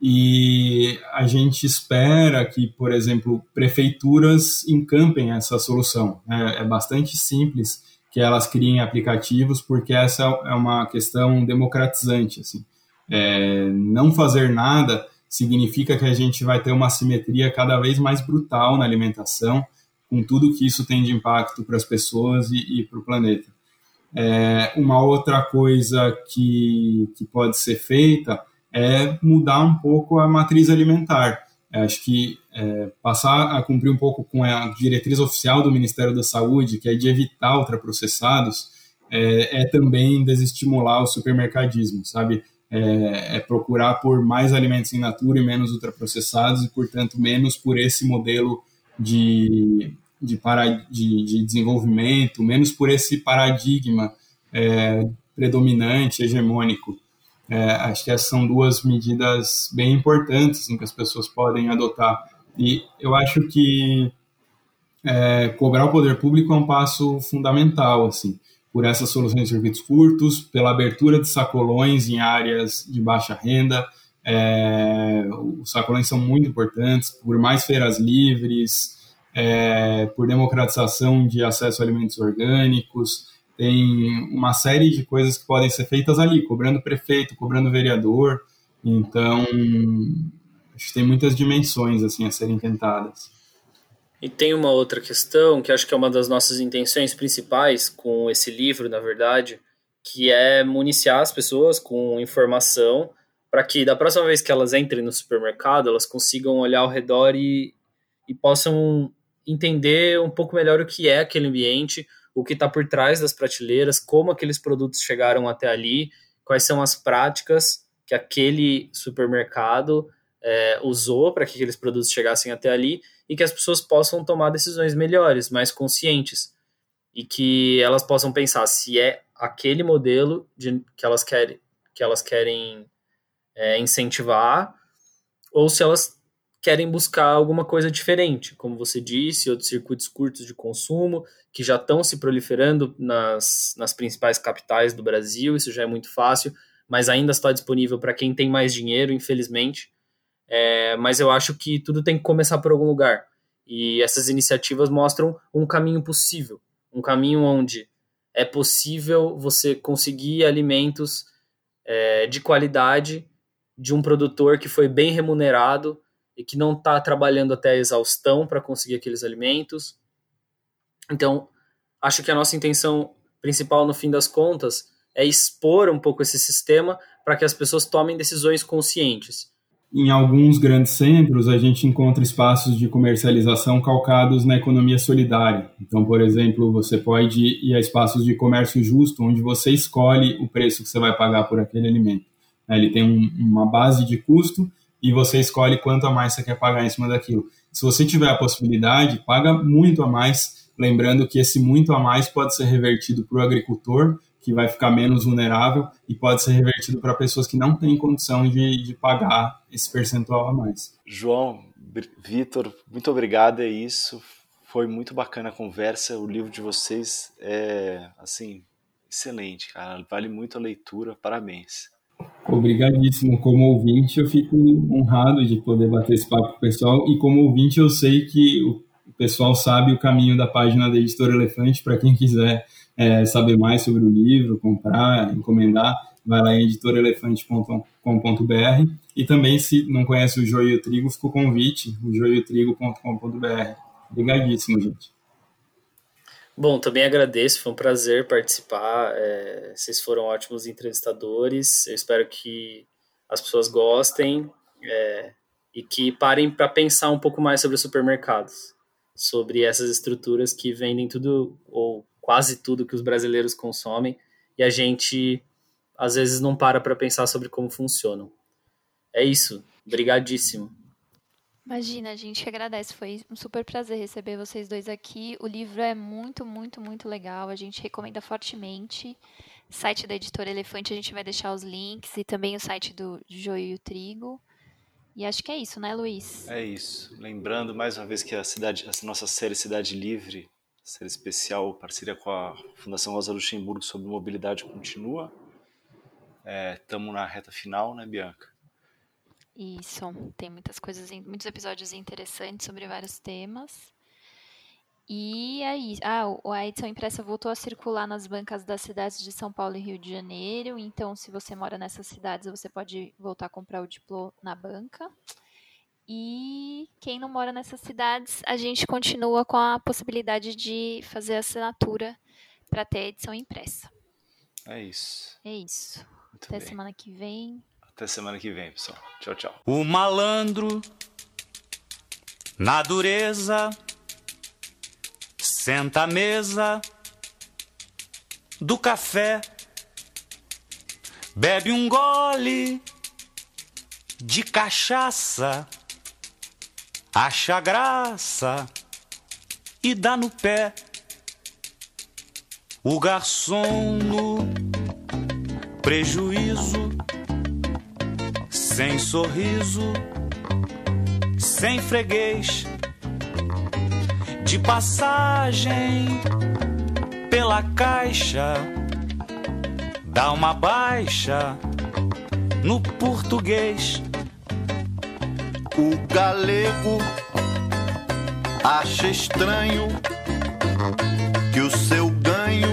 e a gente espera que, por exemplo, prefeituras encampem essa solução. É, é bastante simples que elas criem aplicativos porque essa é uma questão democratizante, assim. É, não fazer nada significa que a gente vai ter uma assimetria cada vez mais brutal na alimentação, com tudo que isso tem de impacto para as pessoas e, e para o planeta. É, uma outra coisa que, que pode ser feita é mudar um pouco a matriz alimentar. É, acho que é, passar a cumprir um pouco com a diretriz oficial do Ministério da Saúde, que é de evitar ultraprocessados, é, é também desestimular o supermercadismo, sabe? É, é procurar por mais alimentos in natura e menos ultraprocessados e, portanto, menos por esse modelo de, de, para, de, de desenvolvimento, menos por esse paradigma é, predominante, hegemônico. É, acho que essas são duas medidas bem importantes assim, que as pessoas podem adotar. E eu acho que é, cobrar o poder público é um passo fundamental, assim, por essas soluções de circuitos curtos, pela abertura de sacolões em áreas de baixa renda. É, os sacolões são muito importantes, por mais feiras livres, é, por democratização de acesso a alimentos orgânicos. Tem uma série de coisas que podem ser feitas ali, cobrando prefeito, cobrando vereador. Então, acho que tem muitas dimensões assim, a serem tentadas. E tem uma outra questão, que acho que é uma das nossas intenções principais com esse livro, na verdade, que é municiar as pessoas com informação para que, da próxima vez que elas entrem no supermercado, elas consigam olhar ao redor e, e possam entender um pouco melhor o que é aquele ambiente, o que está por trás das prateleiras, como aqueles produtos chegaram até ali, quais são as práticas que aquele supermercado é, usou para que aqueles produtos chegassem até ali, e que as pessoas possam tomar decisões melhores, mais conscientes, e que elas possam pensar se é aquele modelo de, que elas querem, que elas querem é, incentivar, ou se elas querem buscar alguma coisa diferente, como você disse, outros circuitos curtos de consumo, que já estão se proliferando nas, nas principais capitais do Brasil, isso já é muito fácil, mas ainda está disponível para quem tem mais dinheiro, infelizmente. É, mas eu acho que tudo tem que começar por algum lugar. E essas iniciativas mostram um caminho possível. Um caminho onde é possível você conseguir alimentos é, de qualidade de um produtor que foi bem remunerado e que não está trabalhando até a exaustão para conseguir aqueles alimentos. Então, acho que a nossa intenção principal, no fim das contas, é expor um pouco esse sistema para que as pessoas tomem decisões conscientes. em alguns grandes centros, a gente encontra espaços de comercialização calcados na economia solidária. Então, por exemplo, você pode ir a espaços de comércio justo, onde você escolhe o preço que você vai pagar por aquele alimento. Ele tem um, uma base de custo e você escolhe quanto a mais você quer pagar em cima daquilo. Se você tiver a possibilidade, paga muito a mais, lembrando que esse muito a mais pode ser revertido para o agricultor, que vai ficar menos vulnerável, e pode ser revertido para pessoas que não têm condição de, de pagar esse percentual a mais. João, Vitor, muito obrigado, é isso. Foi muito bacana a conversa. O livro de vocês é, assim, excelente, cara. Vale muito a leitura. Parabéns. Obrigadíssimo. Como ouvinte, eu fico honrado de poder bater esse papo com o pessoal, e como ouvinte eu sei que o pessoal sabe o caminho da página da Editora Elefante. Para quem quiser é, saber mais sobre o livro, comprar, encomendar, vai lá em editora elefante ponto com ponto b r, e também, se não conhece o Joio e o Trigo, fica o convite, o joio e o trigo ponto com ponto b r. Obrigadíssimo, gente. Bom, também agradeço, foi um prazer participar, é, vocês foram ótimos entrevistadores, eu espero que as pessoas gostem é, e que parem para pensar um pouco mais sobre os supermercados, sobre essas estruturas que vendem tudo, ou quase tudo que os brasileiros consomem, e a gente às vezes não para para pensar sobre como funcionam. É isso, brigadíssimo. Imagina, a gente que agradece, foi um super prazer receber vocês dois aqui. O livro é muito, muito, muito legal, a gente recomenda fortemente. Site da Editora Elefante, a gente vai deixar os links, e também o site do Joio e o Trigo. E acho que é isso, né, Luiz? É isso. Lembrando mais uma vez que a, cidade, a nossa série Cidade Livre, série especial, parceria com a Fundação Rosa Luxemburgo sobre mobilidade continua. Estamos é, na reta final, né, Bianca? Isso, tem muitas coisas, muitos episódios interessantes sobre vários temas. E aí, ah, a edição impressa voltou a circular nas bancas das cidades de São Paulo e Rio de Janeiro. Então, se você mora nessas cidades, você pode voltar a comprar o Diplô na banca. E quem não mora nessas cidades, a gente continua com a possibilidade de fazer assinatura para ter a edição impressa. É isso. É isso. Muito Até bem. semana que vem. Até semana que vem, pessoal. Tchau, tchau. O malandro, na dureza, senta à mesa do café, bebe um gole de cachaça, acha graça e dá no pé. O garçom no prejuízo, sem sorriso, sem freguês, de passagem pela caixa, dá uma baixa no português. O galego acha estranho que o seu ganho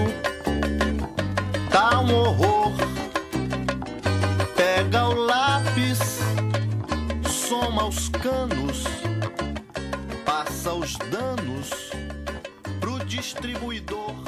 tá um horror. Pega o lápis, soma os canos, passa os danos pro distribuidor.